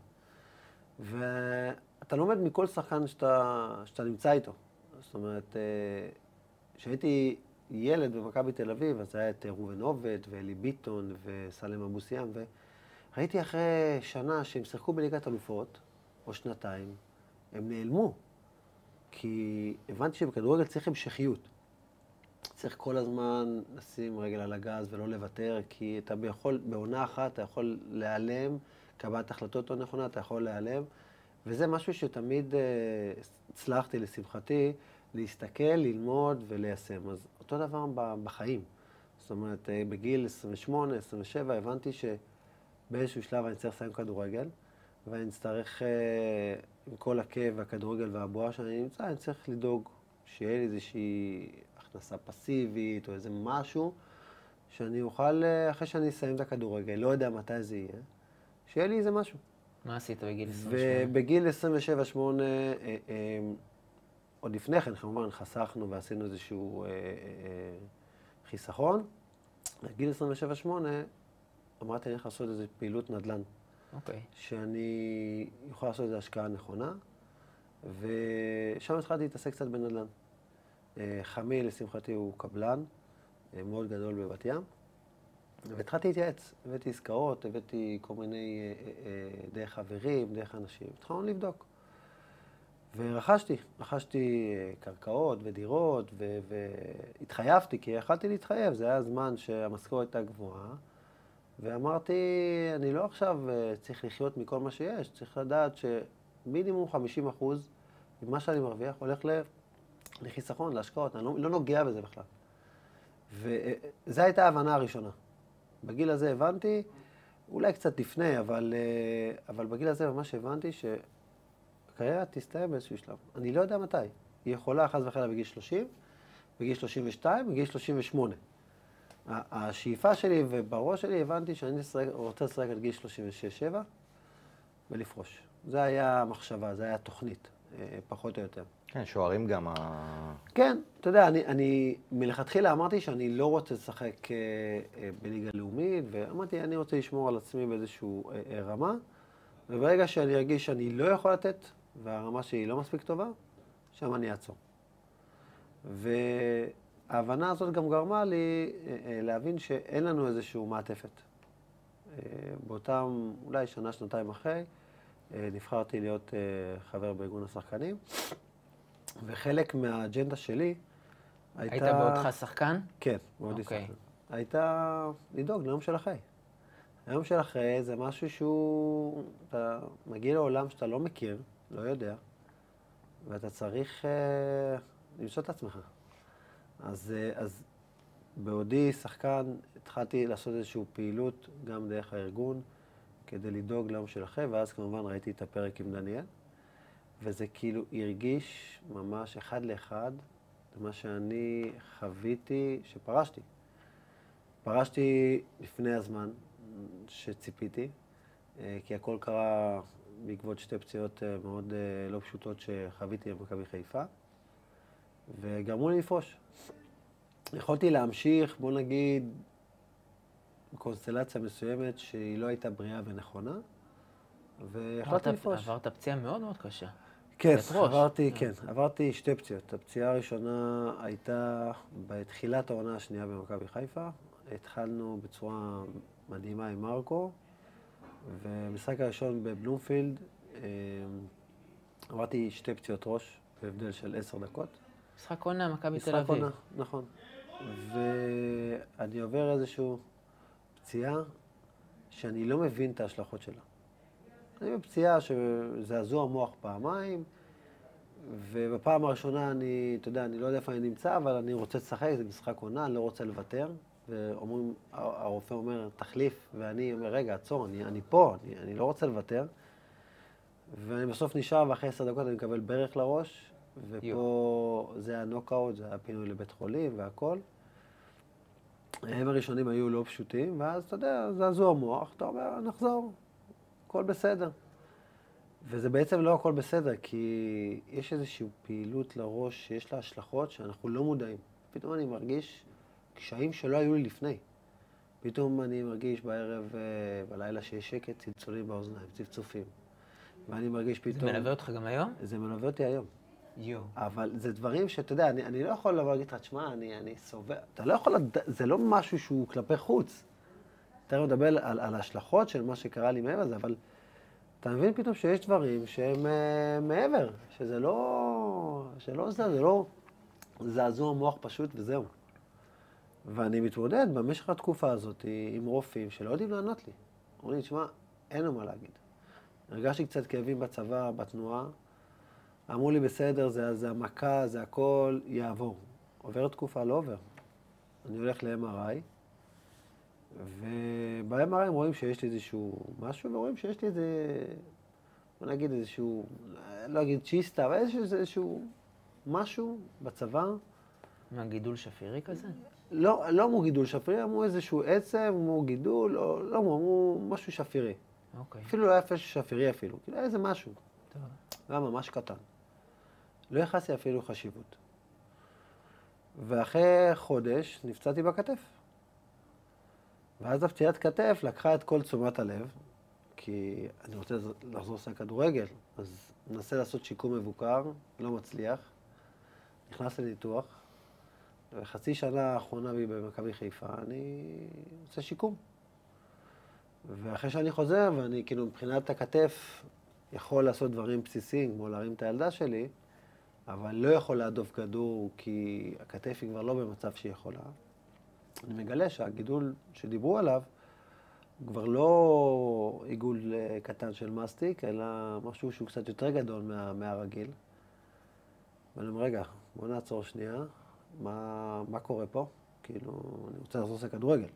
ואתה לומד מכל שחקן שאתה נמצא איתו. זאת אומרת, כשהייתי ילד במכבי תל אביב, אז היה את ראובן עובד ואלי ביטון וסלם אבו-סיאם, וראיתי אחרי שנה שהם שיחקו בליגת אלופות, או שנתיים, הם נעלמו. כי הבנתי שבכדורגל צריך המשכיות. צריך כל הזמן לשים רגל על הגז ולא לוותר, כי אתה בעונה אחת אתה יכול להיעלם, קבלת החלטות לא נכונה, אתה יכול להיעלם, וזה משהו שתמיד הצלחתי, לשמחתי, להסתכל, ללמוד וליישם. אז אותו דבר בחיים. זאת אומרת, בגיל 28, 27, הבנתי שבאיזשהו שלב אני צריך לסיים כדורגל, ואני אצטרך, עם כל הכאב והכדורגל והבועה שאני נמצא, אני צריך לדאוג שיהיה לי איזושהי הכנסה פסיבית או איזה משהו שאני אוכל, אחרי שאני אסיים את הכדורגל, לא יודע מתי זה יהיה, שיהיה לי איזה משהו. מה עשית בגיל 28? ובגיל 27-8, עוד לפני כן, כמובן, חסכנו ועשינו איזשהו חיסכון. בגיל 27-8, אמרתי, אני הולך לעשות איזו פעילות נדל"ן. אוקיי. שאני יכול לעשות איזו השקעה נכונה, ושם התחלתי להתעסק קצת בנדל"ן. חמי, לשמחתי, הוא קבלן מאוד גדול בבת ים, והתחלתי להתייעץ. הבאתי עסקאות, הבאתי כל מיני דרך חברים, דרך אנשים. התחלנו לבדוק. ורכשתי קרקעות ודירות, והתחייבתי, כי יכלתי להתחייב. זה היה זמן שהמשכורת הייתה גבוהה, ואמרתי, אני לא עכשיו צריך לחיות מכל מה שיש, צריך לדעת שמינימום 50% ממה שאני מרוויח הולך לחיסכון, להשקעות, אני לא נוגע בזה בכלל. וזו הייתה ההבנה הראשונה. בגיל הזה הבנתי, אולי קצת לפני, אבל בגיל הזה ממש הבנתי שהקריירה תסתיים באיזשהו שלב. אני לא יודע מתי. היא יכולה חס וחלילה בגיל 30, בגיל 32, בגיל 38. השאיפה שלי ובראש שלי הבנתי שאני רוצה לשחק עד גיל 36-7 ולפרוש. זה היה המחשבה, זה היה התוכנית, פחות או יותר. כן, שוערים גם כן, אתה יודע, אני מלכתחילה אמרתי שאני לא רוצה לשחק בליגה לאומית, ואמרתי, אני רוצה לשמור על עצמי באיזשהו רמה, וברגע שאני ארגיש שאני לא יכול לתת, והרמה שלי לא מספיק טובה, שם אני אעצור. ההבנה הזאת גם גרמה לי להבין שאין לנו איזשהו מעטפת. באותם, אולי שנה, שנתיים אחרי, נבחרתי להיות חבר בארגון השחקנים, וחלק מהאג'נדה שלי הייתה... היית בעודך שחקן? כן, בעודי אוקיי. שחקן. הייתה לדאוג ליום של אחרי. היום של אחרי זה משהו שהוא... אתה מגיע לעולם שאתה לא מכיר, לא יודע, ואתה צריך למצוא את עצמך. אז בעודי שחקן התחלתי לעשות איזושהי פעילות גם דרך הארגון כדי לדאוג ליום של אחרי, ואז כמובן ראיתי את הפרק עם דניאל, וזה כאילו הרגיש ממש אחד לאחד מה שאני חוויתי שפרשתי. פרשתי לפני הזמן שציפיתי, כי הכל קרה בעקבות שתי פציעות מאוד לא פשוטות שחוויתי במכבי חיפה, וגרמו לי לפרוש. יכולתי להמשיך, בוא נגיד, קונסטלציה מסוימת שהיא לא הייתה בריאה ונכונה, והחלטתי לפרוש. עברת פציעה מאוד מאוד קשה. כן, לפרוש. עברתי שתי פציעות. הפציעה הראשונה הייתה בתחילת העונה השנייה במכבי חיפה. התחלנו בצורה מדהימה עם מרקו, והמשחק הראשון בבלומפילד, עברתי 2 פציעות ראש, בהבדל של 10 דקות. משחק עונה, מכבי תל משחק אביב. עונה, נכון. ואני עובר איזושהי פציעה שאני לא מבין את ההשלכות שלה. אני בפציעה שזעזוע מוח פעמיים, ובפעם הראשונה אתה יודע, אני לא יודע איפה אני נמצא, אבל אני רוצה לשחק, זה משחק עונה, אני לא רוצה לוותר. ואומרים, הרופא אומר, תחליף, ואני אומר, רגע, עצור, אני פה, אני לא רוצה לוותר. ואני בסוף נשאר, ואחרי 10 דקות אני מקבל ברך לראש, ופה זה היה נוקאוט, זה היה פינוי לבית חולים והכל. הם הראשונים היו לא פשוטים, ואז אתה יודע, זעזוע מוח, אתה אומר, נחזור, הכל בסדר. וזה בעצם לא הכל בסדר, כי יש איזושהי פעילות לראש שיש לה השלכות שאנחנו לא מודעים. פתאום אני מרגיש קשיים שלא היו לי לפני. פתאום אני מרגיש בערב, בלילה שיש שקט, צלצולים באוזניים, צפצופים. ואני מרגיש פתאום... זה מלווה אותך גם היום? זה מלווה אותי היום. יו. אבל זה דברים שאתה יודע, אני לא יכול לבוא להגיד לך, תשמע, אני סובל... אתה לא יכול... זה לא משהו שהוא כלפי חוץ. אתה מדבר על ההשלכות של מה שקרה לי מעבר לזה, אבל אתה מבין פתאום שיש דברים שהם מעבר, שזה לא... זה לא זעזוע מוח פשוט וזהו. ואני מתמודד במשך התקופה הזאת עם רופאים שלא יודעים לענות לי. אומרים לי, תשמע, אין לו מה להגיד. הרגשתי קצת כאבים בצבא, בתנועה. אמרו לי, בסדר, זה המכה, זה הכל, יעבור. עובר תקופה, לא עובר. אני הולך ל-MRI, וב-MRI הם רואים שיש לי איזשהו משהו, ורואים שיש לי איזה, בוא נגיד איזשהו, לא אגיד צ'יסטה, אבל איזשהו משהו בצבא. מה, גידול שפירי כזה? לא אמרו גידול שפירי, אמרו איזשהו עצם, אמרו גידול, לא אמרו משהו שפירי. אוקיי. אפילו לא היה אפילו שפירי אפילו, כאילו איזה משהו. טוב. היה ממש קטן. לא יחסי אפילו חשיבות. ואחרי חודש נפצעתי בכתף. ואז הפציעת כתף לקחה את כל תשומת הלב, כי אני רוצה לחזור לשחק כדורגל, אז מנסה לעשות שיקום מבוקר, לא מצליח. נכנס לניתוח, וחצי שנה האחרונה בי במכבי חיפה, אני עושה שיקום. ואחרי שאני חוזר, ואני כאילו מבחינת הכתף יכול לעשות דברים בסיסיים, כמו להרים את הילדה שלי, אבל לא יכול להדוף כדור, כי הכתף היא כבר לא במצב שהיא יכולה. אני מגלה שהגידול שדיברו עליו, הוא כבר לא עיגול קטן של מסטיק, אלא משהו שהוא קצת יותר גדול מהרגיל. ואני אומר, רגע, בוא נעצור שנייה, מה קורה פה? כאילו, אני רוצה לחזור לכדורגל.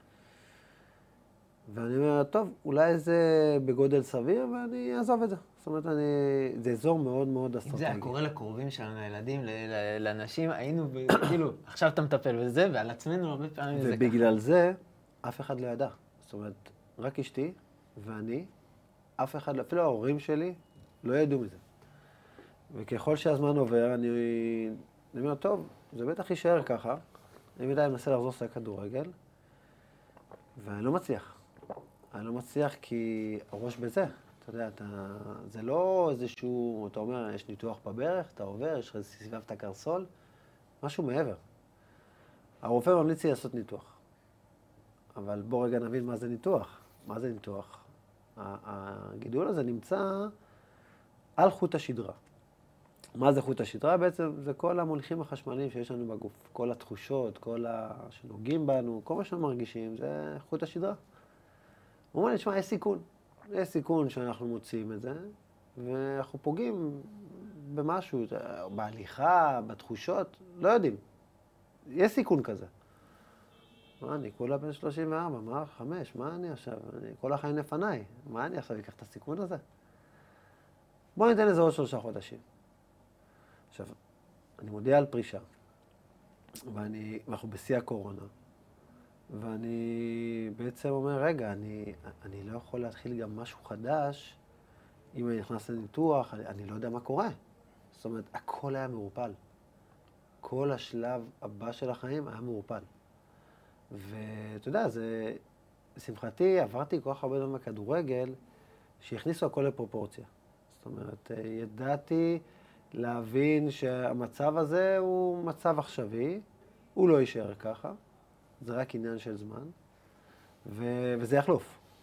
ואני אומר, טוב, אולי זה בגודל סביר, ואני אעזוב את זה. זאת אומרת, זה אזור מאוד מאוד אסטרטגי. אם זה היה קורה לקרובים שלנו, לילדים, לאנשים, היינו כאילו, עכשיו אתה מטפל בזה, ועל עצמנו הרבה פעמים זה ככה. ובגלל זה, אף אחד לא ידע. זאת אומרת, רק אשתי ואני, אף אחד, אפילו ההורים שלי, לא ידעו מזה. וככל שהזמן עובר, אני אומר, טוב, זה בטח יישאר ככה. אני מנסה לחזור לשחק כדורגל, ואני לא מצליח. אני לא מצליח כי הראש בזה. אתה יודע, זה לא איזשהו, אתה אומר, יש ניתוח בברך, אתה עובר, יש לך סיבבת הקרסול, משהו מעבר. הרופא ממליץ לי לעשות ניתוח. אבל בוא רגע נבין מה זה ניתוח. מה זה ניתוח? הגידול הזה נמצא על חוט השדרה. מה זה חוט השדרה? בעצם זה כל המוליכים החשמליים שיש לנו בגוף. כל התחושות, שנוגעים בנו, כל מה שאנחנו מרגישים, זה חוט השדרה. הוא אומר לי, תשמע, יש סיכון. יש סיכון שאנחנו מוצאים את זה, ואנחנו פוגעים במשהו, בהליכה, בתחושות, לא יודעים. יש סיכון כזה. מה אני, כולה בן 34, מה 5, מה אני עכשיו? כל החיים לפניי, מה אני עכשיו אקח את הסיכון הזה? בוא ניתן לזה עוד 3 חודשים. עכשיו, אני מודיע על פרישה, ואנחנו בשיא הקורונה, ואני בעצם אומר, רגע, אני לא יכול להתחיל גם משהו חדש, אם אני נכנס לניתוח, אני לא יודע מה קורה. זאת אומרת, הכל היה מעורפל. כל השלב הבא של החיים היה מעורפל. ואתה יודע, לשמחתי, עברתי כל כך הרבה זמן בכדורגל, שהכניסו הכל לפרופורציה. זאת אומרת, ידעתי להבין שהמצב הזה הוא מצב עכשווי, הוא לא יישאר ככה, זה רק עניין של זמן, וזה יחלוף.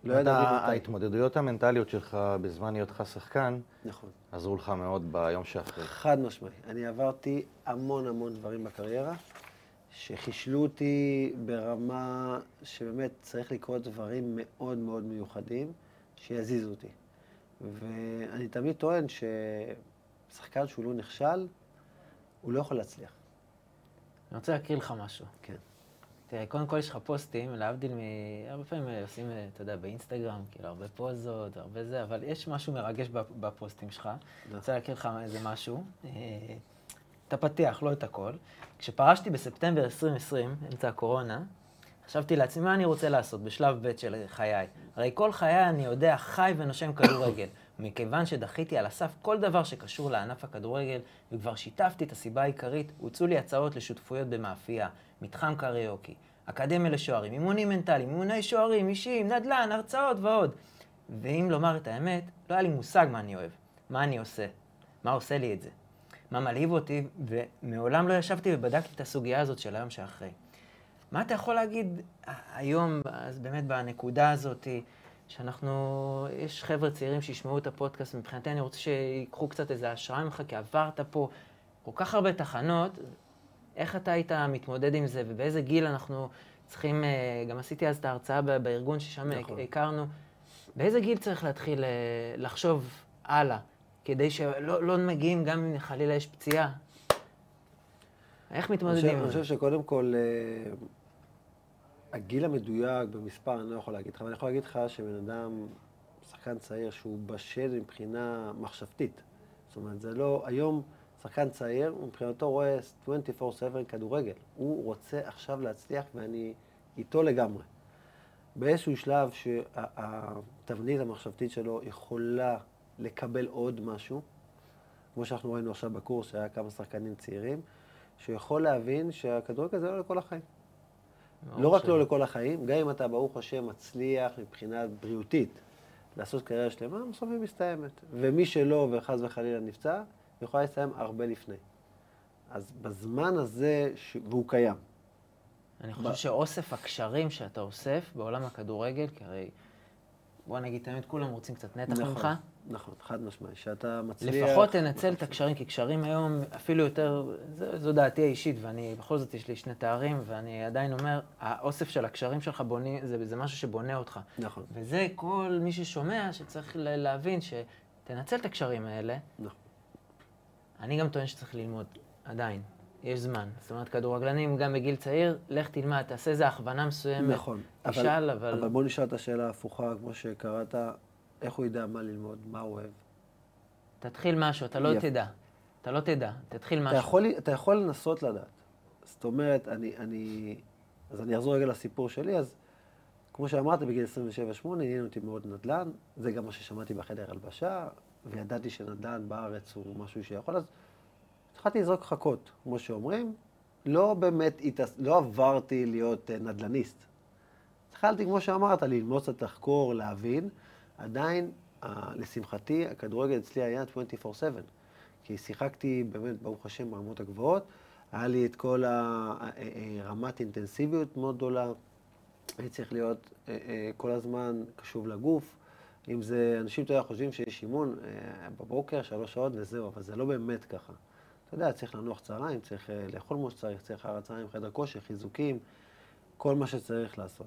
לא ידעתי מתי. ההתמודדויות המנטליות שלך בזמן היותך שחקן, נכון. עזרו לך מאוד ביום שאחרי. חד משמעי. אני עברתי המון דברים בקריירה, שחישלו אותי ברמה שבאמת צריך לקרות דברים מאוד מיוחדים, שיזיזו אותי. ואני תמיד טוען ששחקן שהוא לא נכשל, הוא לא יכול להצליח. אני רוצה להקריא לך משהו. כן. תראה, קודם כל יש לך פוסטים, להבדיל הרבה פעמים עושים, אתה יודע, באינסטגרם, כאילו הרבה פוזות, הרבה זה, אבל יש משהו מרגש בפוסטים שלך. אני רוצה להקריא לך איזה משהו. את הפתיח, לא את הכל. כשפרשתי בספטמבר 2020, אמצע הקורונה, חשבתי לעצמי מה אני רוצה לעשות בשלב ב' של חיי. הרי כל חיי אני יודע חי ונושם כדורגל. מכיוון שדחיתי על הסף כל דבר שקשור לענף הכדורגל, וכבר שיתפתי את הסיבה העיקרית, הוצאו לי הצעות לשותפויות במאפייה, מתחם קריוקי, אקדמיה לשוערים, אימונים מנטליים, אימוני שוערים, אישיים, נדל"ן, הרצאות ועוד. ואם לומר את האמת, לא היה לי מושג מה אני אוהב, מה אני עושה, מה עושה לי את זה, מה מלהיב אותי, ומעולם לא ישבתי ובדקתי את הסוגיה הזאת של היום שאחרי. מה אתה יכול להגיד היום, אז באמת בנקודה הזאת, שאנחנו, יש חבר'ה צעירים שישמעו את הפודקאסט, מבחינתי אני רוצה שיקחו קצת איזה השראה ממך, כי עברת פה כל כך הרבה תחנות, איך אתה היית מתמודד עם זה, ובאיזה גיל אנחנו צריכים, גם עשיתי אז את ההרצאה בארגון ששם הכרנו, באיזה גיל צריך להתחיל לחשוב הלאה, כדי שלא מגיעים גם אם חלילה יש פציעה? איך מתמודדים עם זה? אני חושב שקודם כל, הגיל המדויק במספר אני לא יכול להגיד לך, אבל אני יכול להגיד לך שבן אדם, שחקן צעיר שהוא בשל מבחינה מחשבתית. זאת אומרת, זה לא, היום שחקן צעיר, הוא מבחינתו רואה 24/7 כדורגל. הוא רוצה עכשיו להצליח ואני איתו לגמרי. באיזשהו שלב שהתבנית המחשבתית שלו יכולה לקבל עוד משהו, כמו שאנחנו ראינו עכשיו בקורס, שהיה כמה שחקנים צעירים, שיכול להבין שהכדורגל זה לא לכל החיים. לא רק לא לכל החיים, גם אם אתה ברוך השם מצליח מבחינה בריאותית לעשות קריירה שלמה, בסוף היא מסתיימת. ומי שלא וחס וחלילה נפצע, יכול להסתיים הרבה לפני. אז בזמן הזה, והוא קיים. אני חושב שאוסף הקשרים שאתה אוסף בעולם הכדורגל, כי הרי, בוא נגיד, תמיד כולם רוצים קצת נתח ממך. נכון, חד משמעי, שאתה מצליח... לפחות תנצל את הקשרים, כי קשרים היום אפילו יותר, זו דעתי האישית, ואני בכל זאת יש לי 2 תארים, ואני עדיין אומר, האוסף של הקשרים שלך זה משהו שבונה אותך. נכון. וזה כל מי ששומע שצריך להבין שתנצל את הקשרים האלה. נכון. אני גם טוען שצריך ללמוד, עדיין. יש זמן. זאת אומרת, כדורגלנים גם בגיל צעיר, לך תלמד, תעשה איזו הכוונה מסוימת. נכון. תשאל, אבל... אבל בוא נשאל את השאלה ההפוכה, כמו שקראת, איך הוא ידע מה ללמוד, מה הוא אוהב? תתחיל משהו, אתה לא תדע. אתה לא תדע, תתחיל משהו. אתה יכול לנסות לדעת. זאת אומרת, אז אני אחזור רגע לסיפור שלי, אז כמו שאמרת, בגיל 27-8, עניין אותי מאוד נדל"ן, זה גם מה ששמעתי בחדר הלבשה, וידעתי שנדל"ן בארץ הוא משהו שיכול, אז התחלתי לזרוק חכות, כמו שאומרים, לא באמת, לא עברתי להיות נדל"ניסט. התחלתי, כמו שאמרת, ללמוד קצת לחקור, להבין, עדיין, לשמחתי, הכדורגל אצלי היה 24/7, כי שיחקתי באמת, ברוך השם, ברמות הגבוהות, היה לי את כל הרמת אינטנסיביות מאוד גדולה, הייתי צריך להיות כל הזמן קשוב לגוף, אם זה, אנשים חושבים שיש אימון בבוקר, 3 שעות וזהו, אבל זה לא באמת ככה. אתה יודע, צריך לנוח צהריים, צריך לאכול כמו שצריך, צריך אחר הצהריים, חדר כושר, חיזוקים, כל מה שצריך לעשות.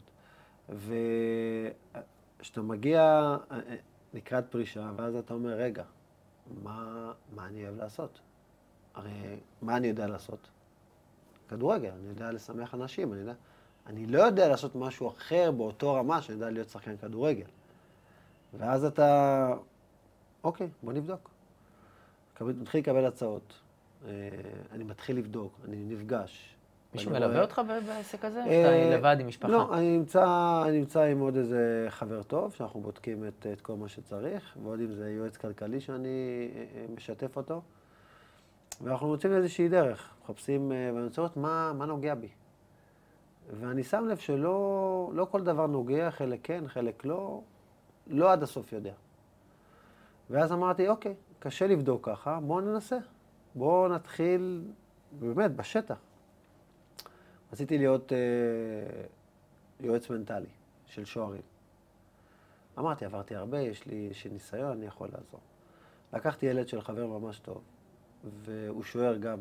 וכשאתה מגיע לקראת פרישה, ואז אתה אומר, רגע, מה אני אוהב לעשות? הרי מה אני יודע לעשות? כדורגל, אני יודע לשמח אנשים, אני לא יודע לעשות משהו אחר באותו רמה שאני יודע להיות שחקן כדורגל. ואז אתה, אוקיי, בוא נבדוק. מתחיל לקבל הצעות. אני מתחיל לבדוק, אני נפגש. מישהו מלווה אותך בעסק הזה? או שאתה לבד עם משפחה? לא, אני נמצא עם עוד איזה חבר טוב, שאנחנו בודקים את כל מה שצריך, ועוד אם זה יועץ כלכלי שאני משתף אותו. ואנחנו מוצאים איזושהי דרך, מחפשים, ואני רוצה לראות מה נוגע בי. ואני שם לב שלא כל דבר נוגע, חלק כן, חלק לא עד הסוף יודע. ואז אמרתי, אוקיי, קשה לבדוק ככה, בואו ננסה. בואו נתחיל באמת בשטח. רציתי להיות יועץ מנטלי של שוערים. אמרתי, עברתי הרבה, יש לי ניסיון, אני יכול לעזור. לקחתי ילד של חבר ממש טוב, והוא שוער גם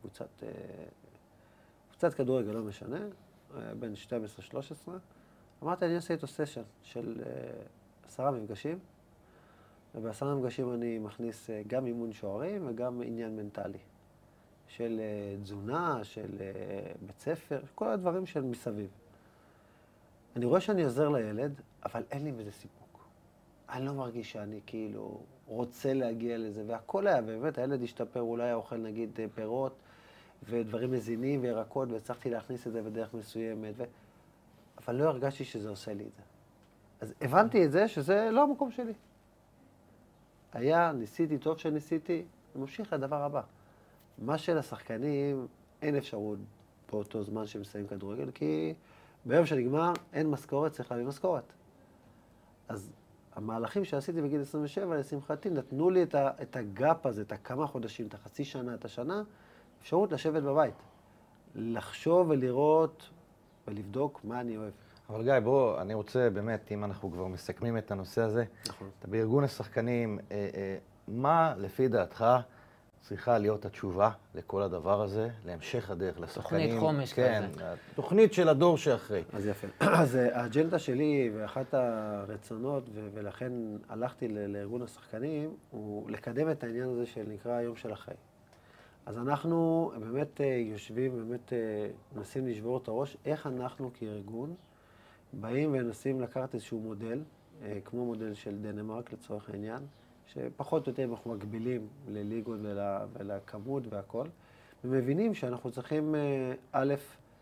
קבוצת כדורגל, לא משנה, בין 12-13. אמרתי, אני אעשה איתו סשן של 10 מפגשים, וב10 מפגשים אני מכניס גם אימון שוערים וגם עניין מנטלי. של תזונה, של בית ספר, כל הדברים של מסביב. אני רואה שאני עוזר לילד, אבל אין לי בזה סיפוק. אני לא מרגיש שאני כאילו רוצה להגיע לזה, והכל היה, באמת, הילד השתפר, אולי היה אוכל נגיד פירות ודברים מזינים וירקות, והצלחתי להכניס את זה בדרך מסוימת, אבל לא הרגשתי שזה עושה לי את זה. אז הבנתי את זה שזה לא המקום שלי. ניסיתי, טוב שניסיתי, וממשיך לדבר הבא. מה שלשחקנים אין אפשרות באותו זמן שהם מסיימים כדורגל, כי ביום שנגמר אין משכורת, צריך להביא משכורת. אז המהלכים שעשיתי בגיל 27, לשמחתי, נתנו לי את הגאפ הזה, את הכמה חודשים, את החצי שנה, את השנה, אפשרות לשבת בבית. לחשוב ולראות ולבדוק מה אני אוהב. אבל גיא, בוא, אני רוצה באמת, אם אנחנו כבר מסכמים את הנושא הזה, נכון. אתה בארגון השחקנים, מה לפי דעתך צריכה להיות התשובה לכל הדבר הזה, להמשך הדרך לשחקנים? תוכנית חומש כן, כזה. תוכנית של הדור שאחרי. אז יפה. אז האג'נדה שלי ואחת הרצונות, ולכן הלכתי לארגון השחקנים, הוא לקדם את העניין הזה שנקרא היום של אחרי. אז אנחנו באמת יושבים, באמת מנסים לשבור את הראש, איך אנחנו כארגון באים ומנסים לקחת איזשהו מודל, כמו מודל של דנמרק לצורך העניין, שפחות או יותר אנחנו מקבילים לליגות ולכמות והכל, ומבינים שאנחנו צריכים א',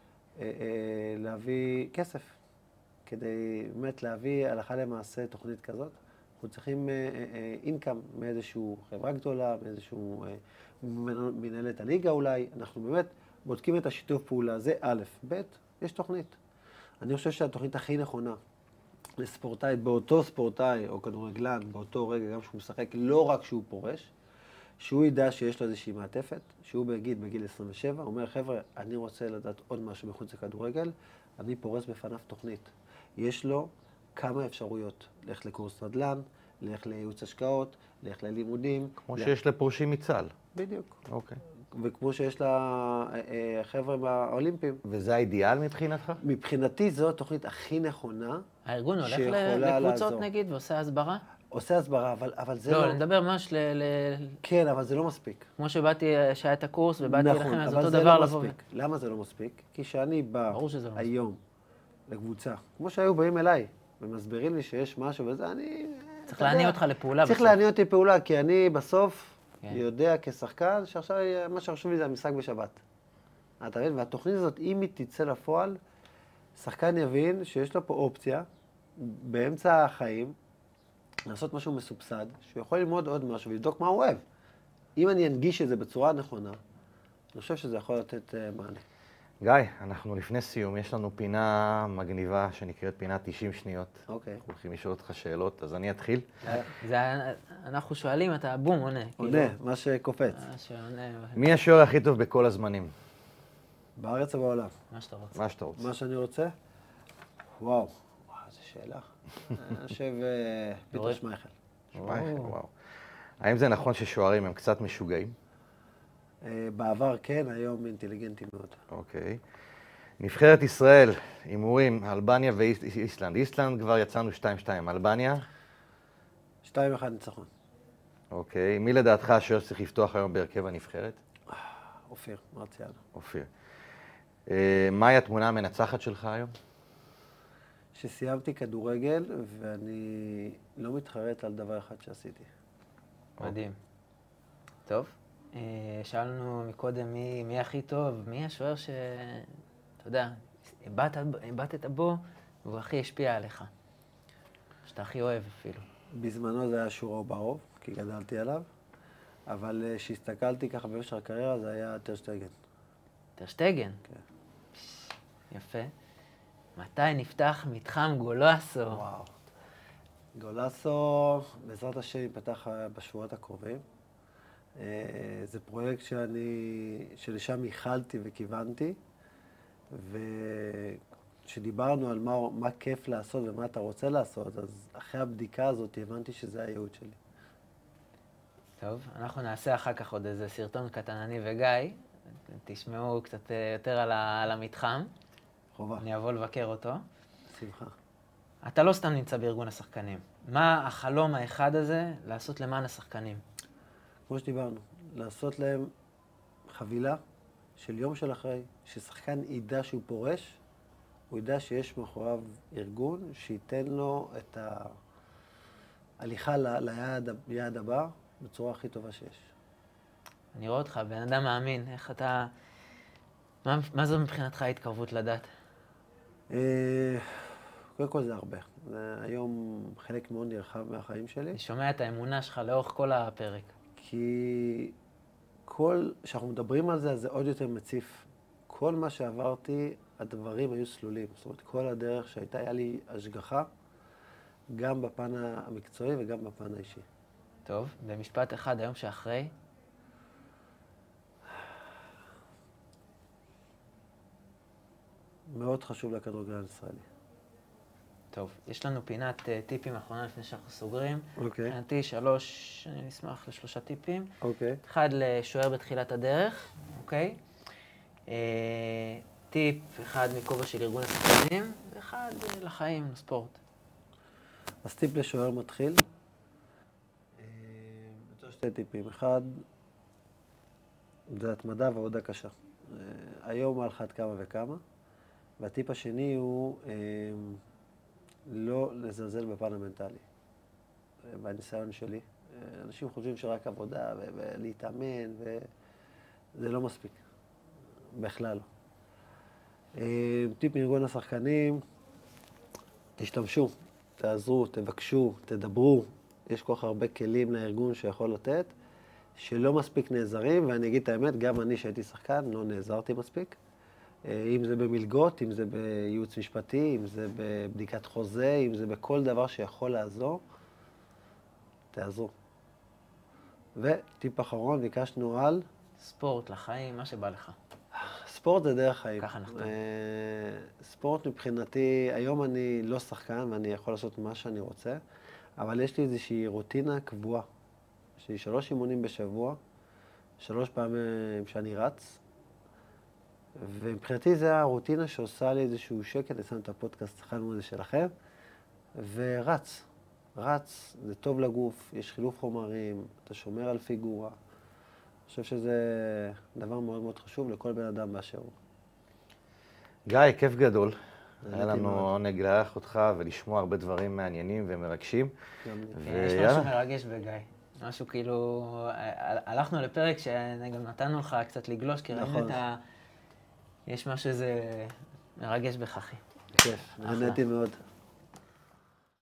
להביא כסף, כדי באמת להביא הלכה למעשה תוכנית כזאת. אנחנו צריכים אינקאם מאיזשהו חברה גדולה, מאיזשהו מנהלת הליגה אולי. אנחנו באמת בודקים את השיתוף פעולה, זה א', ב', יש תוכנית. אני חושב שהתוכנית הכי נכונה לספורטאי, באותו ספורטאי או כדורגלן, באותו רגע, גם שהוא משחק, לא רק שהוא פורש, שהוא ידע שיש לו איזושהי מעטפת, שהוא בגיל 27, אומר, חבר'ה, אני רוצה לדעת עוד משהו מחוץ לכדורגל, אני פורס בפניו תוכנית. יש לו כמה אפשרויות, לך לקורס נדל"ן, לך לייעוץ השקעות, לך ללימודים. כמו שיש לפורשים מצה"ל. בדיוק. אוקיי. וכמו שיש לחבר'ה באולימפיים. וזה האידיאל מבחינתך? מבחינתי זו התוכנית הכי נכונה. הארגון הולך שיכולה לקבוצות לעזור. נגיד ועושה הסברה? עושה הסברה, אבל זה לא, לא... אני מדבר ממש כן, אבל זה לא מספיק. כמו שבאתי, שהיה את הקורס ובאתי נכון, אליכם, אז אבל אותו זה דבר לא לבוא. מספיק. למה זה לא מספיק? כי שאני בא ברור שזה לא מספיק. היום לקבוצה, כמו שהיו באים אליי, ומסבירים לי שיש משהו וזה, אני... צריך להניע אותך לפעולה צריך בסוף. להניע אותי לפעולה, כי אני בסוף כן. יודע כשחקן שעכשיו מה שחשוב לי זה המשחק בשבת. אתה מבין? והתוכנית הזאת, אם היא תצא לפועל, שחקן יבין שיש לו פה אופציה, באמצע החיים, לעשות משהו מסובסד, שהוא יכול ללמוד עוד משהו ולבדוק מה הוא אוהב. אם אני אנגיש את זה בצורה נכונה, אני חושב שזה יכול לתת מענה. גיא, אנחנו לפני סיום, יש לנו פינה מגניבה שנקראת פינה 90 שניות. אוקיי. אנחנו הולכים לשאול אותך שאלות, אז אני אתחיל. אנחנו שואלים, אתה בום, עונה. עונה, מה שקופץ. מה שעונה, מי השוער הכי טוב בכל הזמנים? בארץ או בעולם? מה שאתה רוצה. מה שאתה רוצה. מה שאני רוצה? וואו, איזו שאלה. אני חושב פיטר שמייכל. וואו. האם זה נכון ששוערים הם קצת משוגעים? בעבר כן, היום אינטליגנטי מאוד. אוקיי. נבחרת ישראל, הימורים, אלבניה ואיסלנד. איסלנד כבר יצאנו 2-2, אלבניה? 2-1 ניצחון. אוקיי. מי לדעתך השוער שצריך לפתוח היום בהרכב הנבחרת? אופיר, מרציאנו. אופיר. מהי התמונה המנצחת שלך היום? שסיימתי כדורגל ואני לא מתחרט על דבר אחד שעשיתי. מדהים. טוב. שאלנו מקודם מי הכי טוב, מי השוער אתה יודע, הבטת בו והוא הכי השפיע עליך. שאתה הכי אוהב אפילו. בזמנו זה היה שורה ברוב, כי גדלתי עליו, אבל כשהסתכלתי ככה במשך הקריירה זה היה טר שטגן. טר שטגן? כן. יפה. מתי נפתח מתחם גולאסו? וואו. גולאסו, בעזרת השם, ייפתח בשבועות הקרובים. זה פרויקט שלשם ייחלתי וכיוונתי, כשדיברנו על מה כיף לעשות ומה אתה רוצה לעשות, אז אחרי הבדיקה הזאת הבנתי שזה הייעוד שלי. טוב, אנחנו נעשה אחר כך עוד איזה סרטון קטן, אני וגיא. תשמעו קצת יותר על המתחם. חובה. אני אבוא לבקר אותו. שמחה. אתה לא סתם נמצא בארגון השחקנים. מה החלום האחד הזה לעשות למען השחקנים? כמו שדיברנו, לעשות להם חבילה של יום של אחרי, ששחקן ידע שהוא פורש, הוא ידע שיש מאחוריו ארגון שייתן לו את ההליכה ליעד הבא בצורה הכי טובה שיש. אני רואה אותך, בן אדם מאמין. איך אתה... מה זו מבחינתך ההתקרבות לדת? קודם כל זה הרבה. זה היום חלק מאוד נרחב מהחיים שלי. אני שומע את האמונה שלך לאורך כל הפרק. כי כשאנחנו מדברים על זה, אז זה עוד יותר מציף. כל מה שעברתי, הדברים היו סלולים. זאת אומרת, כל הדרך היה לי השגחה, גם בפן המקצועי וגם בפן האישי. טוב, במשפט אחד, היום שאחרי, מאוד חשוב לכדורגלן הישראלי. טוב, יש לנו פינת טיפים אחרונה לפני שאנחנו סוגרים. אוקיי. מבחינתי אני אשמח לשלושה טיפים. אוקיי. אחד לשוער בתחילת הדרך, אוקיי? טיפ אחד מכובע של ארגון השחקנים, ואחד לחיים, לספורט. אז טיפ לשוער מתחיל. יותר שתי טיפים. אחד, זה התמדה ועבודה קשה. היום על אחת כמה וכמה. והטיפ השני הוא לא לזלזל בפן המנטלי. בניסיון שלי. אנשים חושבים שרק עבודה ולהתאמן, וזה לא מספיק. בכלל לא. טיפ מארגון השחקנים, תשתמשו, תעזרו, תבקשו, תדברו. יש כל כך הרבה כלים לארגון שיכול לתת, שלא מספיק נעזרים, ואני אגיד את האמת, גם אני שהייתי שחקן, לא נעזרתי מספיק. אם זה במלגות, אם זה בייעוץ משפטי, אם זה בבדיקת חוזה, אם זה בכל דבר שיכול לעזור, תעזרו. וטיפ אחרון, ביקשנו על... ספורט, לחיים, מה שבא לך. ספורט זה דרך חיים. ככה נחתום. ספורט מבחינתי, היום אני לא שחקן ואני יכול לעשות מה שאני רוצה, אבל יש לי איזושהי רוטינה קבועה. יש לי 3 אימונים בשבוע, 3 פעמים שאני רץ, ומבחינתי זה הרוטינה שעושה לי איזשהו שקט, אני שם את הפודקאסט החלום הזה שלכם, ורץ. רץ, זה טוב לגוף, יש חילוף חומרים, אתה שומר על פיגורה. אני חושב שזה דבר מאוד מאוד חשוב לכל בן אדם באשר הוא. גיא, כיף גדול. היה לנו עונג לארח אותך ולשמוע הרבה דברים מעניינים ומרגשים. יש משהו מרגש בגיא. משהו כאילו, הלכנו לפרק שגם נתנו לך קצת לגלוש, כי ראינו את ה... יש משהו איזה מרגש בך, אחי. כיף, נהניתי מאוד.